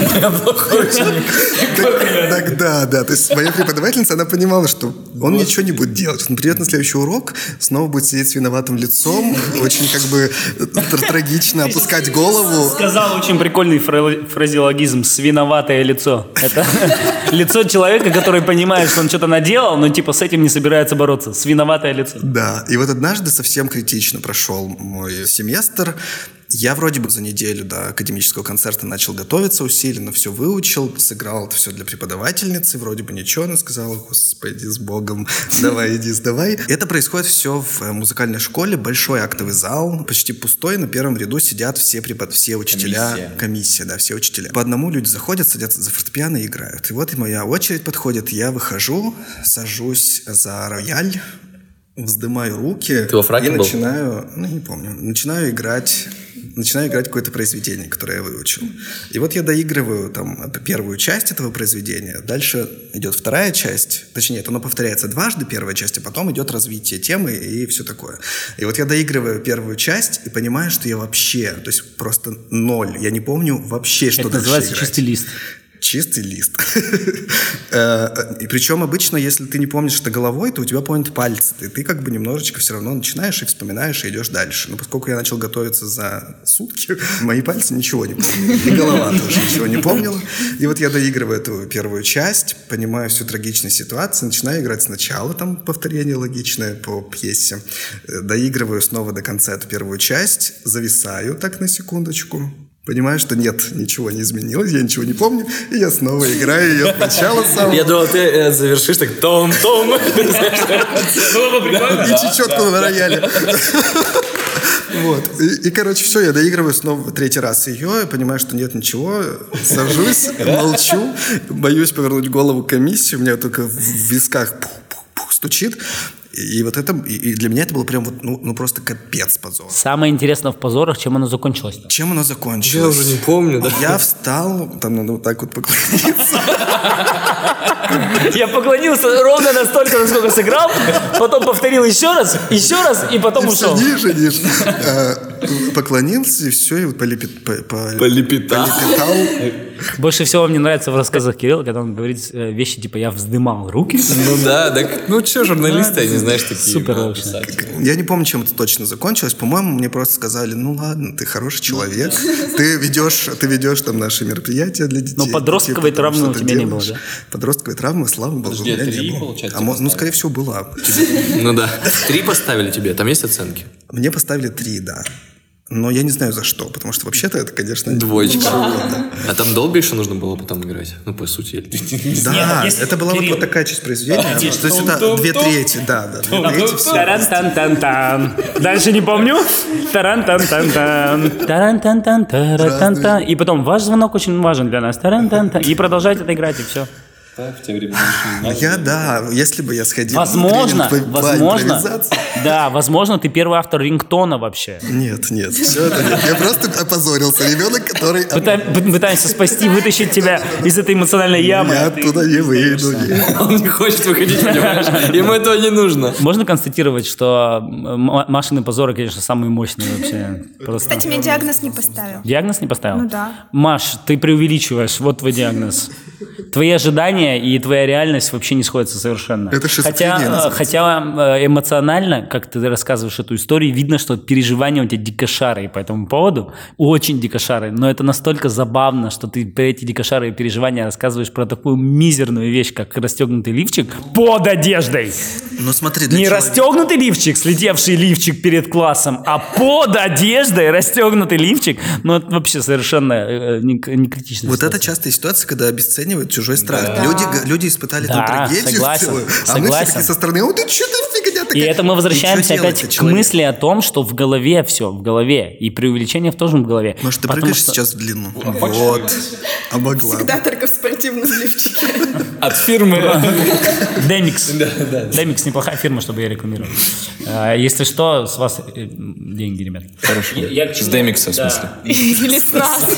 Так, так, да, да. То есть моя преподавательница, она понимала, что он ничего не будет делать. Он придет на следующий урок, снова будет сидеть с виноватым лицом, очень как бы тр- трагично опускать голову. Сказал очень прикольный фра- фразеологизм «с виноватое лицо». Это лицо человека, который понимает, что он что-то наделал, но типа с этим не собирается бороться. С виноватое лицо. Да, и вот однажды совсем критично прошел мой семестр. Я вроде бы за неделю до академического концерта начал готовиться усиленно, все выучил, сыграл это все для преподавательницы, вроде бы ничего, она сказала: господи, с Богом, давай, иди, сдавай. Это происходит все в музыкальной школе, большой актовый зал, почти пустой, на первом ряду сидят все, препод... все учителя, Комиссия. комиссия, да, все учителя. По одному люди заходят, садятся за фортепиано и играют. И вот и моя очередь подходит, я выхожу, сажусь за рояль, вздымаю руки Ты во фраке и был? начинаю, ну не помню, начинаю играть, начинаю играть какое-то произведение, которое я выучил. И вот я доигрываю там первую часть этого произведения, дальше идет вторая часть, точнее, нет, оно повторяется дважды, первая часть, а потом идет развитие темы и все такое. И вот я доигрываю первую часть и понимаю, что я вообще, то есть просто ноль, я не помню вообще, что Это дальше называется играть. чистый лист. Чистый лист. И причем обычно, если ты не помнишь это головой, то у тебя помнят пальцы. И ты как бы немножечко все равно начинаешь и вспоминаешь, и идешь дальше. Но поскольку я начал готовиться за сутки, мои пальцы ничего не помнили. И голова тоже ничего не помнила. И вот я доигрываю эту первую часть, понимаю всю трагичную ситуацию, начинаю играть сначала, там повторение логичное по пьесе. Доигрываю снова до конца эту первую часть, зависаю так на секундочку. Понимаю, что нет, ничего не изменилось, я ничего не помню, и я снова играю ее сначала сам. Я думал, ты э, завершишь так том-том. И чечетку на рояле. Вот. И, и, короче, все, я доигрываю снова третий раз ее, понимаю, что нет ничего, сажусь, молчу, боюсь повернуть голову к комиссии, у меня только в висках пух-пух-пух стучит. И вот это, и для меня это было прям вот, ну, ну просто капец позор. Самое интересное в позорах, чем оно закончилось. Чем оно закончилось? Я уже не помню, да? Я встал, там надо вот так вот поклониться. Я поклонился ровно настолько, насколько сыграл, потом повторил еще раз, еще раз, и потом И ушел. все ниже, ниже. А, Поклонился, и все, и вот полепет- по- по- Полепетал. полепетал. Больше всего мне нравится в рассказах Кирилла, когда он говорит э, вещи типа «я вздымал руки». Ну да, так, ну что, журналисты, они, знаешь, такие. Супер да, вообще. писатели. Я не помню, чем это точно закончилось. По-моему, мне просто сказали: ну ладно, ты хороший человек, ты ведешь, ты ведешь там наши мероприятия для детей. Но подростковой Типа, там травмы у что-то тебя не было, делаешь. да? Подростковой травмы, слава богу, Подожди, у меня три, не было. получается, А мо- ну, поставили? скорее всего, была. Ну да. Три поставили тебе, там есть оценки? Мне поставили три, да. Но я не знаю за что, потому что вообще-то это, конечно... Двоечка. Да, А там долго еще нужно было потом играть? Ну, по сути. да, если- это была вот, Кирилл. вот такая часть произведения. Подожди, То есть это две трети, да, да, две трети все. Таран-тан-тан-тан. Дальше не помню. Таран-тан-тан-тан. Таран-тан-тан-таран-тан-тан. И потом, ваш звонок очень важен для нас. Таран-тан-тан. И продолжать это играть, и все. В те времена. Я, да, если бы я сходил Возможно, на тренинг по, возможно, по импровизации. да, возможно, ты первый автор рингтона вообще. Нет, нет, все это нет. Я просто опозорился. Ребенок, который... Пыта- Пытаемся спасти, вытащить тебя из этой эмоциональной ямы. Я оттуда не выйду. нет. Он не хочет выходить, понимаешь? Ему этого не нужно. Можно констатировать, что М- Машины позоры, конечно, самые мощные вообще. Просто. Кстати, мне диагноз не поставил. Диагноз не поставил? Ну да. Маш, ты преувеличиваешь, вот твой диагноз. Твои ожидания и твоя реальность вообще не сходятся совершенно. Это шизофрения, хотя, называется. хотя э, эмоционально, как ты рассказываешь эту историю, видно, что переживания у тебя дикошары по этому поводу. Очень дикошары. Но это настолько забавно, что ты про эти дикошары и переживания рассказываешь про такую мизерную вещь, как расстегнутый лифчик под одеждой. Ну смотри, для Не человека- расстегнутый лифчик, слетевший лифчик перед классом, а под одеждой расстегнутый лифчик. Ну, это вообще совершенно э, не, не критичная Вот это ситуация. частая ситуация, когда обесценивают чужой страх. Люди, г- люди испытали Да, там трагедию согласен, целую, а мы все согласен. такие со стороны, о, ты что ты фигня такая? И это мы возвращаемся И чё опять делать-то, к человек? мысли о том, что в голове все, в голове. И преувеличение тоже в голове. Может, ты Потому прыгаешь что- сейчас в длину? Вот. Обогла. Всегда только в спортивном лифчике. От фирмы. Демикс. Демикс неплохая фирма, чтобы я рекламировал. А, Если что, с вас э, деньги, ребят. Хорошо. Я к С чему? Демикса, в смысле. Или с нас.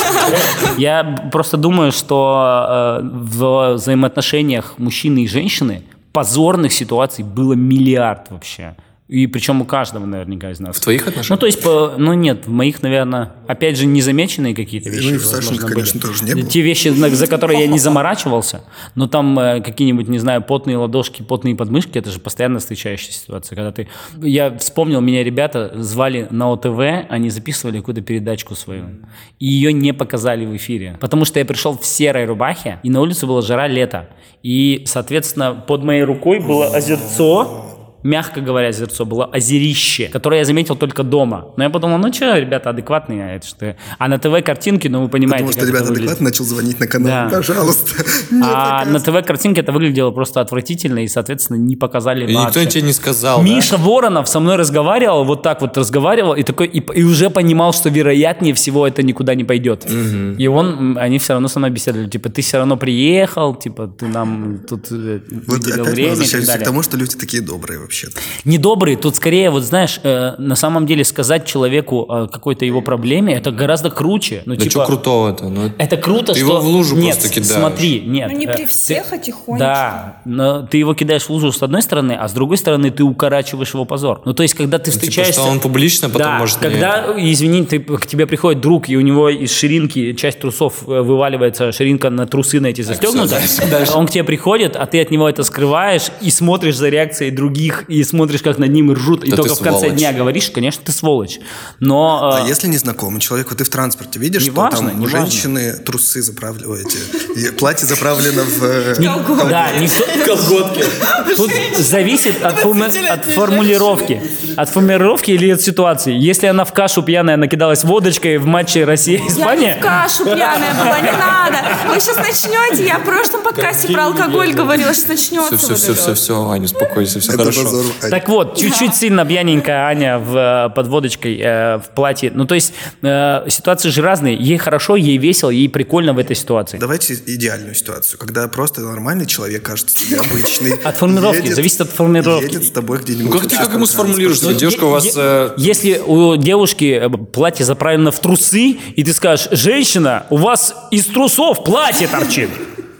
Я просто думаю, что э, в взаимоотношениях мужчины и женщины позорных ситуаций было миллиард вообще. И причем у каждого наверняка из нас. В твоих Ну, отношениях? то есть, по, ну нет, в моих, наверное, опять же, незамеченные какие-то вещи. Ну, и в Сашиных, возможно, конечно, были. тоже не было. Те вещи, на- за которые я не заморачивался, но там э, какие-нибудь, не знаю, потные ладошки, потные подмышки, это же постоянно встречающаяся ситуация, когда ты... Я вспомнил, меня ребята звали на ОТВ, они записывали какую-то передачку свою, и ее не показали в эфире, потому что я пришел в серой рубахе, и на улице была жара лета, и, соответственно, под моей рукой было озерцо, мягко говоря, озерцо, было озерище, которое я заметил только дома. Но я подумал, ну что, ребята адекватные, а это что? А на ТВ картинки, ну вы понимаете, Потому что как ребята это выглядит. адекватно начал звонить на канал. Да. Пожалуйста. не А на показывай. ТВ картинки это выглядело просто отвратительно и, соответственно, не показали И никто вообще. тебе не сказал, да? Миша Воронов со мной разговаривал, вот так вот разговаривал, и такой и, и уже понимал, что вероятнее всего это никуда не пойдет. И он, м, они все равно со мной беседовали, типа, ты все равно приехал, типа, ты нам тут э, Вот выделил опять мы время и так возвращаемся к далее. тому, что люди такие добрые вообще-то. Недобрые, тут скорее, вот знаешь, э, на самом деле сказать человеку о какой-то его проблеме, это гораздо круче. Ну, Да типа, что крутого-то? Ну, это круто, Ты что... его в лужу нет, просто кидаешь. смотри, нет. Ну, не э, при ты- всех, а тихонечко. Да, но ты его кидаешь в лужу с одной стороны, а с другой стороны ты укорачиваешь его позор. Ну, то есть, когда ты типа, встречаешься... что он публично потом да, может не когда, извини, ты, к тебе приходит друг, и у него из ширинки часть трусов э, вываливается, ширинка на трусы на эти застегнута, всё, дальше. он к тебе приходит, а ты от него это скрываешь и смотришь за реакцией других, и смотришь, как над ним ржут, и Да только ты в конце сволочь. дня говоришь, конечно, ты сволочь. Но... А э, если незнакомый человек, вот ты в транспорте видишь, что Неважно, там у неважно. женщины трусы заправляете, и платье заправлено в... э, не- да, никто... Колготки. Тут зависит от, фуме- от формулировки. От формулировки или от ситуации. Если она в кашу пьяная накидалась водочкой в матче Я не Россия-Испания, в кашу пьяная была, не надо. Вы сейчас начнете. Я в прошлом подкасте про алкоголь говорила, что начнется. Все, вот все, это все, вот. все, Аня, успокойся, все Это хорошо. позор, Ань. так вот, чуть-чуть сильно пьяненькая Аня в, э, под водочкой э, в платье. Ну, то есть э, ситуации же разные. Ей хорошо, ей весело, ей прикольно в этой ситуации. Давайте идеальную ситуацию, когда просто нормальный человек кажется себе обычный. От формулировки, едет- зависит от формулировки. Едет с тобой где-нибудь. Ну как ты как ему сформулируешь? Ну, Девушка, е- у вас... е- э, Если у девушки э, платье заправлено в трусы, и ты скажешь, женщина, у вас из трусов платье торчит.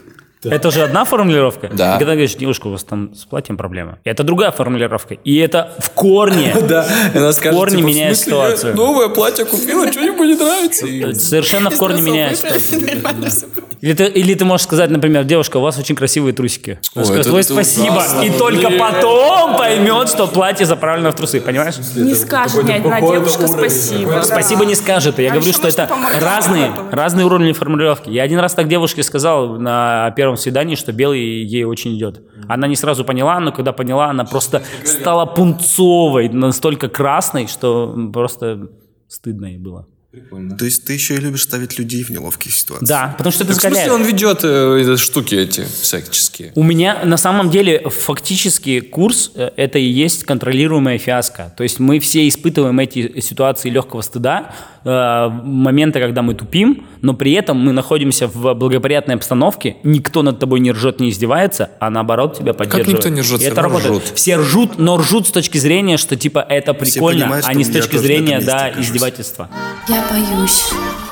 Это же одна формулировка. Да. И когда говоришь, девушка, у вас там с платьем проблема. Это другая формулировка. И это в корне. Да, и она скажет, корне типа, в меняет смысле, я ситуацию. новое платье купила, что-нибудь не нравится. И- Совершенно в корне меняет ситуацию. Или ты, или ты можешь сказать, например, девушка, у вас очень красивые трусики. Она Ой, скажет, это- ой, это спасибо. ужасно. И только Нет. потом поймет, что платье заправлено в трусы. Понимаешь? Не скажет ни одна девушка спасибо. Спасибо не скажет. Я А говорю, еще что можно это по морде разные, похлопать. разные уровни формулировки. Я один раз так девушке сказал на первом свидании, что белый ей очень идет. Она не сразу поняла, но когда поняла, она просто стала пунцовой, настолько красной, что просто стыдно ей было. Прикольно. То есть ты еще и любишь ставить людей в неловкие ситуации? Да, потому что это Так в смысле ускоряет. он ведет э, штуки эти всяческие? У меня на самом деле фактически курс э, это и есть контролируемая фиаско. То есть мы все испытываем эти ситуации легкого стыда, э, моменты, когда мы тупим, но при этом мы находимся в благоприятной обстановке, никто над тобой не ржет, не издевается, а наоборот тебя поддерживает. никто не ржет? И Все это равно работает. ржут. Все ржут, но ржут с точки зрения, что типа это прикольно, понимают, а что не с я точки тоже на зрения, этом да, месте окажусь. издевательства. Я боюсь.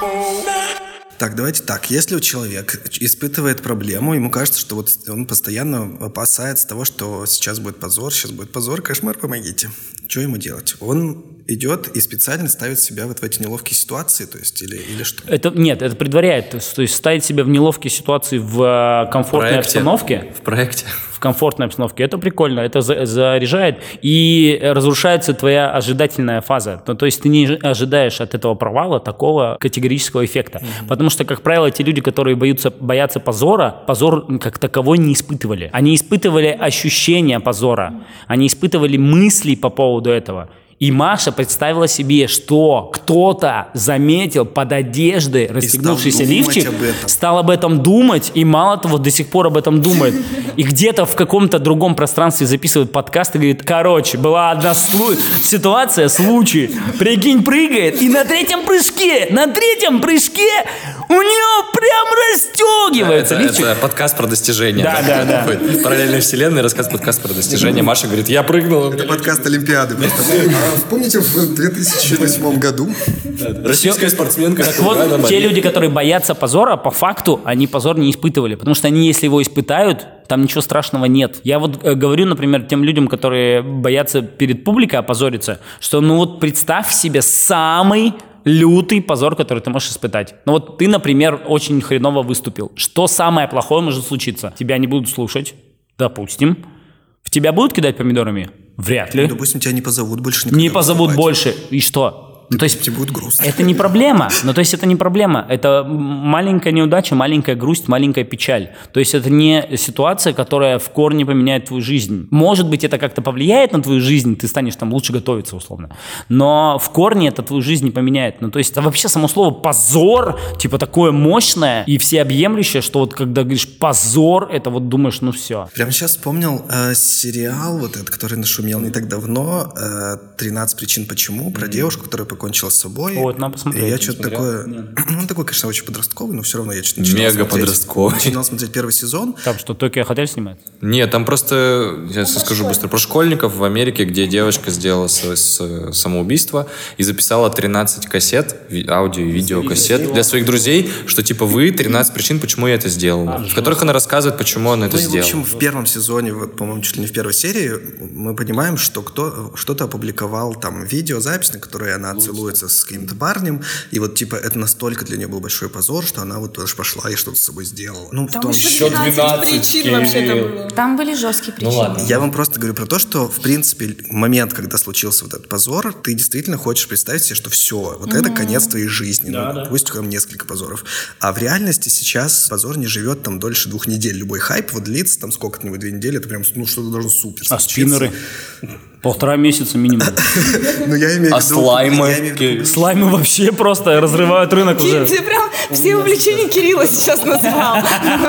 Так, давайте так. Если человек испытывает проблему, ему кажется, что вот он постоянно опасается того, что сейчас будет позор, сейчас будет позор, кошмар, помогите. Что ему делать? Он идет и специально ставит себя вот в эти неловкие ситуации, то есть, или, или что? Это, нет, это предваряет. То есть, то есть ставить себя в неловкие ситуации в э, комфортной проекте. обстановке. В проекте. В комфортной обстановке. Это прикольно, это за- заряжает. И разрушается твоя ожидательная фаза. Ну, то есть ты не ожидаешь от этого провала такого категорического эффекта. Mm-hmm. Потому что, как правило, те люди, которые боятся, боятся позора, позор как таковой не испытывали. Они испытывали ощущение позора. Они испытывали мысли по поводу этого. И Маша представила себе, что кто-то заметил под одеждой расстегнувшийся думать лифчик, об этом. стал об этом думать, и мало того, до сих пор об этом думает. И где-то в каком-то другом пространстве записывает подкаст и говорит: короче, была одна слу- ситуация, случай, прикинь, прыгает, и на третьем прыжке, на третьем прыжке у нее прям расстегивается Это, лифчик. это подкаст про достижения. Да, да, да. Такой параллельной вселенной рассказ подкаст про достижения. Маша говорит: я прыгнула. Это подкаст Олимпиады. Просто. Помните, в две тысячи восьмом году Российская спортсменка. Так вот, те люди, которые боятся позора, по факту, они позор не испытывали. Потому что они, если его испытают, там ничего страшного нет. Я вот э, говорю, например, тем людям, которые боятся перед публикой опозориться, что ну вот представь себе самый лютый позор, который ты можешь испытать. Ну вот ты, например, очень хреново выступил. Что самое плохое может случиться? Тебя не будут слушать, допустим. В тебя будут кидать помидорами? Вряд ли. Ну, допустим, тебя не позовут больше никогда. Не позовут выступать. больше. И что? Ну, то есть Тебе будет грустно. это не проблема. Ну, то есть это не проблема. Это маленькая неудача, маленькая грусть, маленькая печаль. То есть это не ситуация, которая в корне поменяет твою жизнь. Может быть, это как-то повлияет на твою жизнь, ты станешь там лучше готовиться, условно. Но в корне это твою жизнь не поменяет. Ну, то есть это вообще само слово «позор», типа такое мощное и всеобъемлющее, что вот когда говоришь «позор», это вот думаешь, ну все. Прямо сейчас вспомнил э, сериал, вот этот, который нашумел не так давно, э, «тринадцать причин почему», про девушку, которая покончила с собой. Вот, надо посмотреть. И я Не что-то смотрел? такое... Ну, он такой, конечно, очень подростковый, но все равно я что-то начинал Мега смотреть. подростковый. Начинал смотреть первый сезон. Там что, Токио Хотель снимает? Нет, там просто, я скажу быстро, про школьников в Америке, где девочка сделала с- с- самоубийство и записала тринадцать кассет, ви- аудио и видеокассет для своих друзей, что типа вы тринадцать причин, почему я это сделала, в которых она рассказывает, почему она это Ну и, в сделала. общем, в первом сезоне, вот, по-моему, чуть ли не в первой серии, мы понимаем, что кто, что-то опубликовал там видеозапись, на которой она целуется с каким-то парнем, и вот, типа, это настолько для нее был большой позор, что она вот тоже пошла и что-то с собой сделала. Ну, в Там том еще числе. двенадцать причин вообще-то было. Там были жесткие причины. ладно. Я вам просто говорю про то, что, в принципе, момент, когда случился вот этот позор, ты действительно хочешь представить себе, что все, вот это конец твоей жизни. Да, ну, да. пусть там несколько позоров. А в реальности сейчас позор не живет там дольше двух недель. Любой хайп вот длится там сколько-нибудь, две недели, это прям, ну, что-то должно супер А случиться. спиннеры? Полтора месяца минимум. Ну, я имею А в виду... слаймы? я имею в виду- Слаймы вообще просто разрывают рынок уже. Ты прям все увлечения Кирилла сейчас назвал.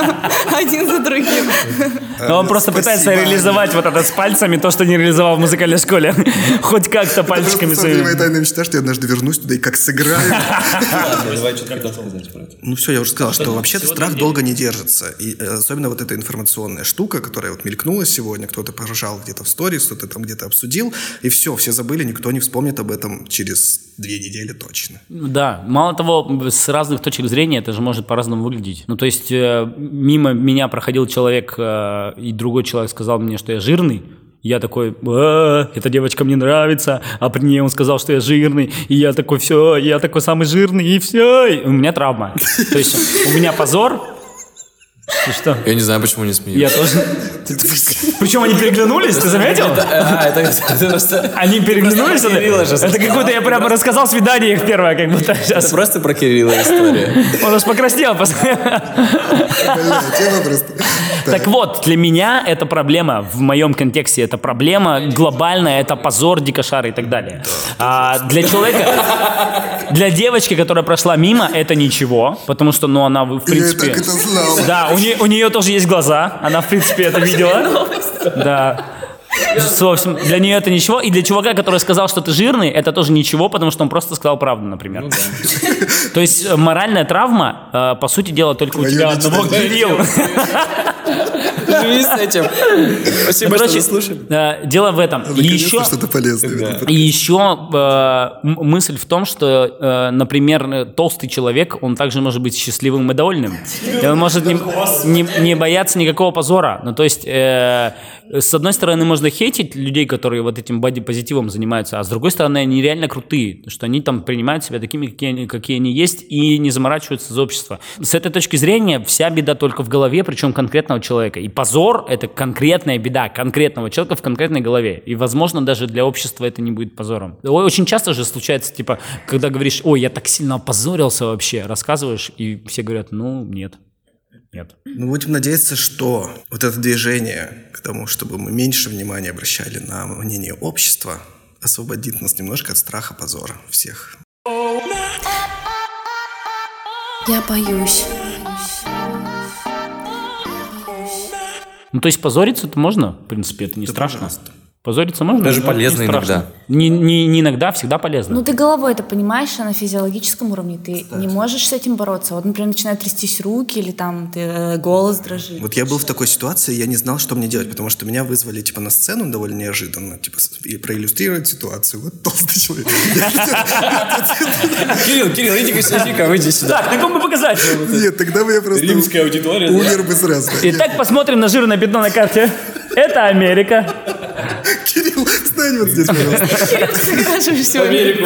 Один за другим. Но он просто пытается Спасибо. реализовать вот это с пальцами, то, что не реализовал в музыкальной школе. Хоть как-то пальчиками Это моя своими. тайная мечта, что я однажды вернусь туда и как сыграю. Давай, что ты хотел сказать про это? Ну все, я уже сказал, что вообще-то страх долго не держится. И э, особенно вот эта информационная штука, которая вот мелькнула сегодня, кто-то поржал где-то в сторис, кто-то там где-то обсудил, и все, все забыли, никто не вспомнит об этом через две недели точно. Да, мало того, с разных точек зрения это же может по-разному выглядеть. Ну, то есть, э, мимо меня проходил человек, э, и другой человек сказал мне, что я жирный. Я такой: «А, эта девочка мне нравится», а при ней он сказал, что я жирный, и я такой: все, я такой самый жирный, и все, и у меня травма. То есть у меня позор. Ты что? Я не знаю, почему не смеюсь. Я тоже. Причем они переглянулись, ты заметил? А, это, это просто... Они переглянулись. Просто про Кирилла же Это какой-то я прямо рассказал свидание их первое, как будто Это сейчас. просто про Кирилла история. Он аж покраснел. Бля, тема просто. Так вот, для меня это проблема, в моем контексте, это проблема глобальная, это позор, дикошары и так далее. А для человека, для девочки, которая прошла мимо, это ничего, потому что, ну, она, в принципе... Я так это знал. Да, у нее, у нее тоже есть глаза, она, в принципе, это видела. Да. Собственно, для нее это ничего. И для чувака, который сказал, что ты жирный, это тоже ничего, потому что он просто сказал правду, например. Ну, да. То есть моральная травма, по сути дела, только Твою у тебя одного, Кирилл. Живи с этим. Спасибо, ну, короче, что слушали. Дело в этом. И еще, что-то полезное. И еще э, мысль в том, что, э, например, толстый человек, он также может быть счастливым и довольным. И он может не, не, не бояться никакого позора. Ну, то есть, э, с одной стороны, можно хейтить людей, которые вот этим бодипозитивом занимаются, а с другой стороны, они реально крутые, что они там принимают себя такими, какие они, какие они есть, и не заморачиваются за общество. С этой точки зрения, вся беда только в голове, причем конкретного человека. И позор – это конкретная беда конкретного человека в конкретной голове. И, возможно, даже для общества это не будет позором. Очень часто же случается, типа, когда говоришь, ой, я так сильно опозорился вообще, рассказываешь, и все говорят, ну, нет. Нет. Ну, будем надеяться, что вот это движение к тому, чтобы мы меньше внимания обращали на мнение общества, освободит нас немножко от страха позора всех. Я боюсь. Ну, то есть позориться-то можно, в принципе, это не да, страшно. Пожалуйста. Позориться можно. Даже полезно иногда. Не, не, не иногда, всегда полезно. Ну, ты головой это понимаешь, а на физиологическом уровне ты Кстати. не можешь с этим бороться. Вот, например, начинают трястись руки или там ты, э, голос дрожит. Вот я был в такой ситуации, я не знал, что мне делать, потому что меня вызвали типа на сцену довольно неожиданно, типа и проиллюстрировать ситуацию. Вот толстый человек. Кирилл, Кирилл, иди-ка сюда, выйди сюда. Так, на ком бы показать? Нет, тогда бы я просто римская аудитория. Умер бы сразу. Итак, посмотрим на жирное пятно на карте. Это Америка. Кирилл, встань вот здесь, пожалуйста. Америку.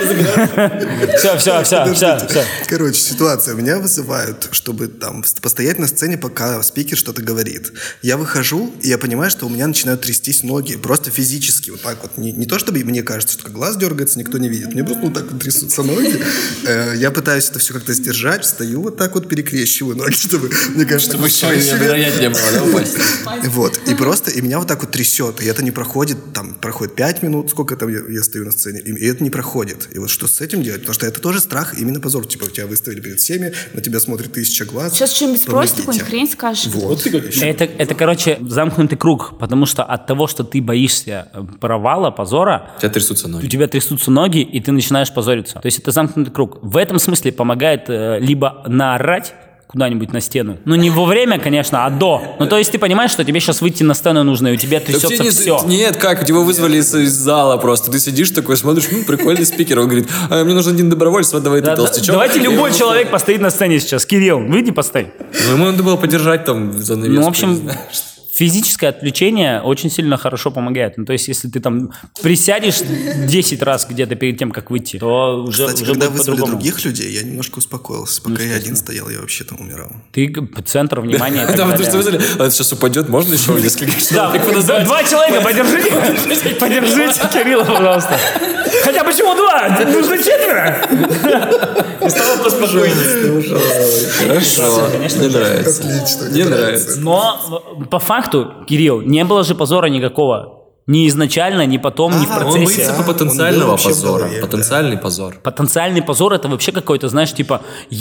Все, все, все, все, все. Короче, ситуация. Меня вызывают, чтобы там постоять на сцене, пока спикер что-то говорит. Я выхожу, и я понимаю, что у меня начинают трястись ноги. Просто физически. Вот так вот. Не, не то, чтобы мне кажется, что глаз дергается, никто не видит. Мне просто вот так вот трясутся ноги. Я пытаюсь это все как-то сдержать. Встаю вот так вот, перекрещиваю ноги, чтобы, мне кажется, чтобы еще вероятнее было, да, упасть? Вот. И просто, и меня вот так вот трясет. И это не проходит, там, проходит пять минут, сколько там я, я стою на сцене, и, и это не проходит. И вот что с этим делать? Потому что это тоже страх, именно позор. Типа, тебя выставили перед всеми, на тебя смотрит тысяча глаз. Сейчас что-нибудь спросит, какую-нибудь хрень скажешь. Вот. Это, это, короче, замкнутый круг, потому что от того, что ты боишься провала, позора, у тебя трясутся ноги. У тебя трясутся ноги, и ты начинаешь позориться. То есть это замкнутый круг. В этом смысле помогает э, либо наорать куда-нибудь на стену. Ну, не во время, конечно, а до. Ну, то есть ты понимаешь, что тебе сейчас выйти на сцену нужно, и у тебя трясется не, все. Нет, как? Тебя вызвали из, из зала просто. Ты сидишь такой, смотришь, ну, прикольный спикер. Он говорит, а, мне нужен один добровольец, вот давай да, ты толстячок. Давайте любой человек постоит на сцене сейчас. Кирилл, выйди, постой. Ну, ему надо было подержать там занавеску. Ну, в общем... Физическое отвлечение очень сильно хорошо помогает. Ну, то есть, если ты там присядешь десять раз где-то перед тем, как выйти, то уже, Кстати, уже когда будет вызвали по-другому. других людей, я немножко успокоился. Пока ну, я один стоял, я вообще там умирал. Ты центр внимания. Да, потому что вызвали, а сейчас упадет, можно еще несколько человек? Да, два человека, подержите. Подержите Кирилла, пожалуйста. Хотя почему два? Нужно четверо. И стало поспокойнее. Хорошо, мне нравится. Отлично. Мне нравится. Но по факту, Кирилл, не было же позора никакого. Ни изначально, ни потом, ни в А, он Он процессе. боится потенциального вообще в позора. голове, да. Потенциальный позор. Потенциальный позор — это вообще какой-то, знаешь, типа,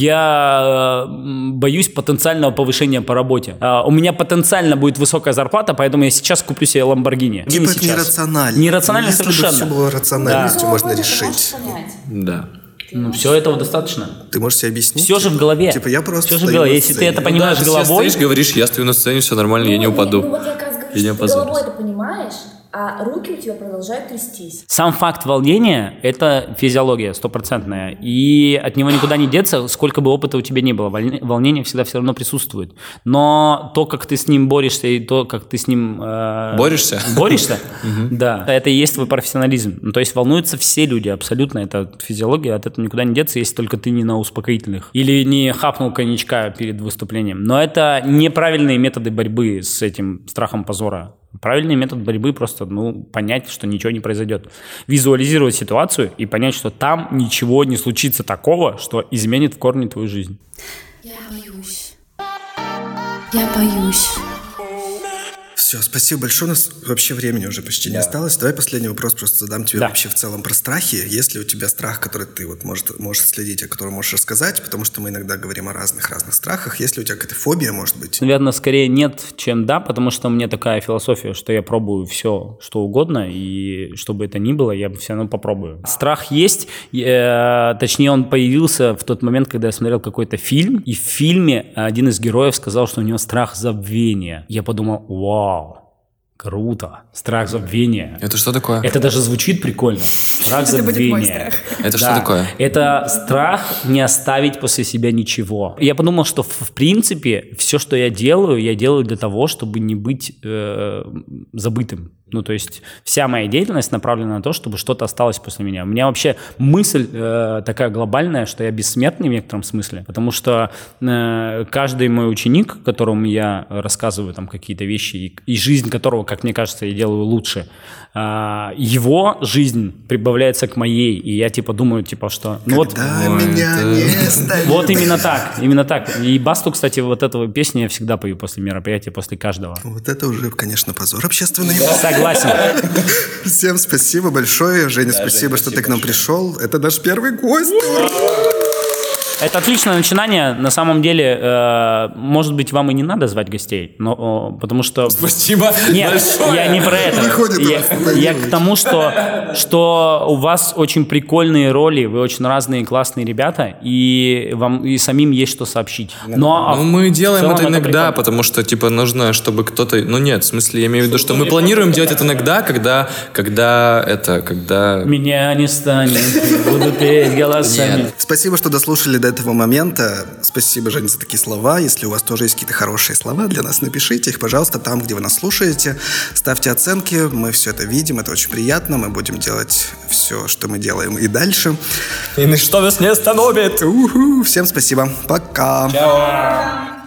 я э, боюсь потенциального повышения по работе. А, у меня потенциально будет высокая зарплата, поэтому я сейчас куплю себе Ламборгини. Типа это нерационально. Нерационально Если совершенно. бы все было рациональностью, Да. можно решить. Да. Ну, все этого достаточно. Ты можешь себе объяснить? Все же в голове. Типа я просто Все же в стою голове. на Если ты сцене. это понимаешь Ну да, ты головой... стоишь, говоришь, я стою на сцене, все нормально, я не упаду. Ну, вот я как раз говорю, Я не что ты опозорюсь. головой это понимаешь, а руки у тебя продолжают трястись. Сам факт волнения – это физиология стопроцентная, и от него никуда не деться, сколько бы опыта у тебя ни было. Волнение всегда все равно присутствует. Но то, как ты с ним борешься, и то, как ты с ним… Э, Борешься? Борешься, да. Это и есть твой профессионализм. Ну, то есть волнуются все люди абсолютно. Это физиология, от этого никуда не деться, если только ты не на успокоительных. Или не хапнул коньячка перед выступлением. Но это неправильные методы борьбы с этим страхом позора. Правильный метод борьбы просто, ну, понять, что ничего не произойдет. Визуализировать ситуацию и понять, что там ничего не случится такого, что изменит в корне твою жизнь. Я боюсь. Я боюсь. Все, спасибо большое. У нас вообще времени уже почти да. не осталось. Давай последний вопрос просто задам тебе да. вообще в целом про страхи. Есть ли у тебя страх, который ты вот может, можешь следить, о котором можешь рассказать? Потому что мы иногда говорим о разных-разных страхах. Есть ли у тебя какая-то фобия, может быть? Наверное, скорее нет, чем да, потому что у меня такая философия, что я пробую все, что угодно, и что бы это ни было, я все равно попробую. Страх есть, э, точнее, он появился в тот момент, когда я смотрел какой-то фильм, и в фильме один из героев сказал, что у него страх забвения. Я подумал, вау. Круто. Страх забвения. Это что такое? Это даже звучит прикольно. Страх Это забвения. будет мой страх. Это да. что такое? Это страх не оставить после себя ничего. Я подумал, что в, в принципе все, что я делаю, я делаю для того, чтобы не быть э, забытым. Ну, то есть вся моя деятельность направлена на то, чтобы что-то осталось после меня. У меня вообще мысль э, такая глобальная, что я бессмертный в некотором смысле, потому что э, каждый мой ученик, которому я рассказываю там какие-то вещи, и, и жизнь которого, как мне кажется, я делаю лучше, э, его жизнь прибавляется к моей, и я типа думаю, типа, что... Ну, вот, меня это... не станет. Вот именно так, именно так. И Басту, кстати, вот эту песню я всегда пою после мероприятия, после каждого. Вот это уже, конечно, позор общественный. Согласен. Всем спасибо большое. Женя, да, спасибо, Женя, что спасибо ты к нам большое. пришел. Это наш первый гость. Это отличное начинание. На самом деле, э, может быть, вам и не надо звать гостей, но, э, потому что... Спасибо. Нет, большое. Я не про это. Я, я к тому, что, что у вас очень прикольные роли, вы очень разные классные ребята, и вам и самим есть что сообщить. Но, ну, мы делаем это иногда, это потому что, типа, нужно, чтобы кто-то... Ну, нет, в смысле, я имею в виду, что мы планируем делать это иногда, когда, когда это, когда... Меня не станет, буду петь голосами. Нет. Спасибо, что дослушали до этого момента. Спасибо, Женя, за такие слова. Если у вас тоже есть какие-то хорошие слова для нас, напишите их, пожалуйста, там, где вы нас слушаете. Ставьте оценки, мы все это видим, это очень приятно. Мы будем делать все, что мы делаем и дальше. И ничто нас не остановит. У-ху. Всем спасибо. Пока. Чао.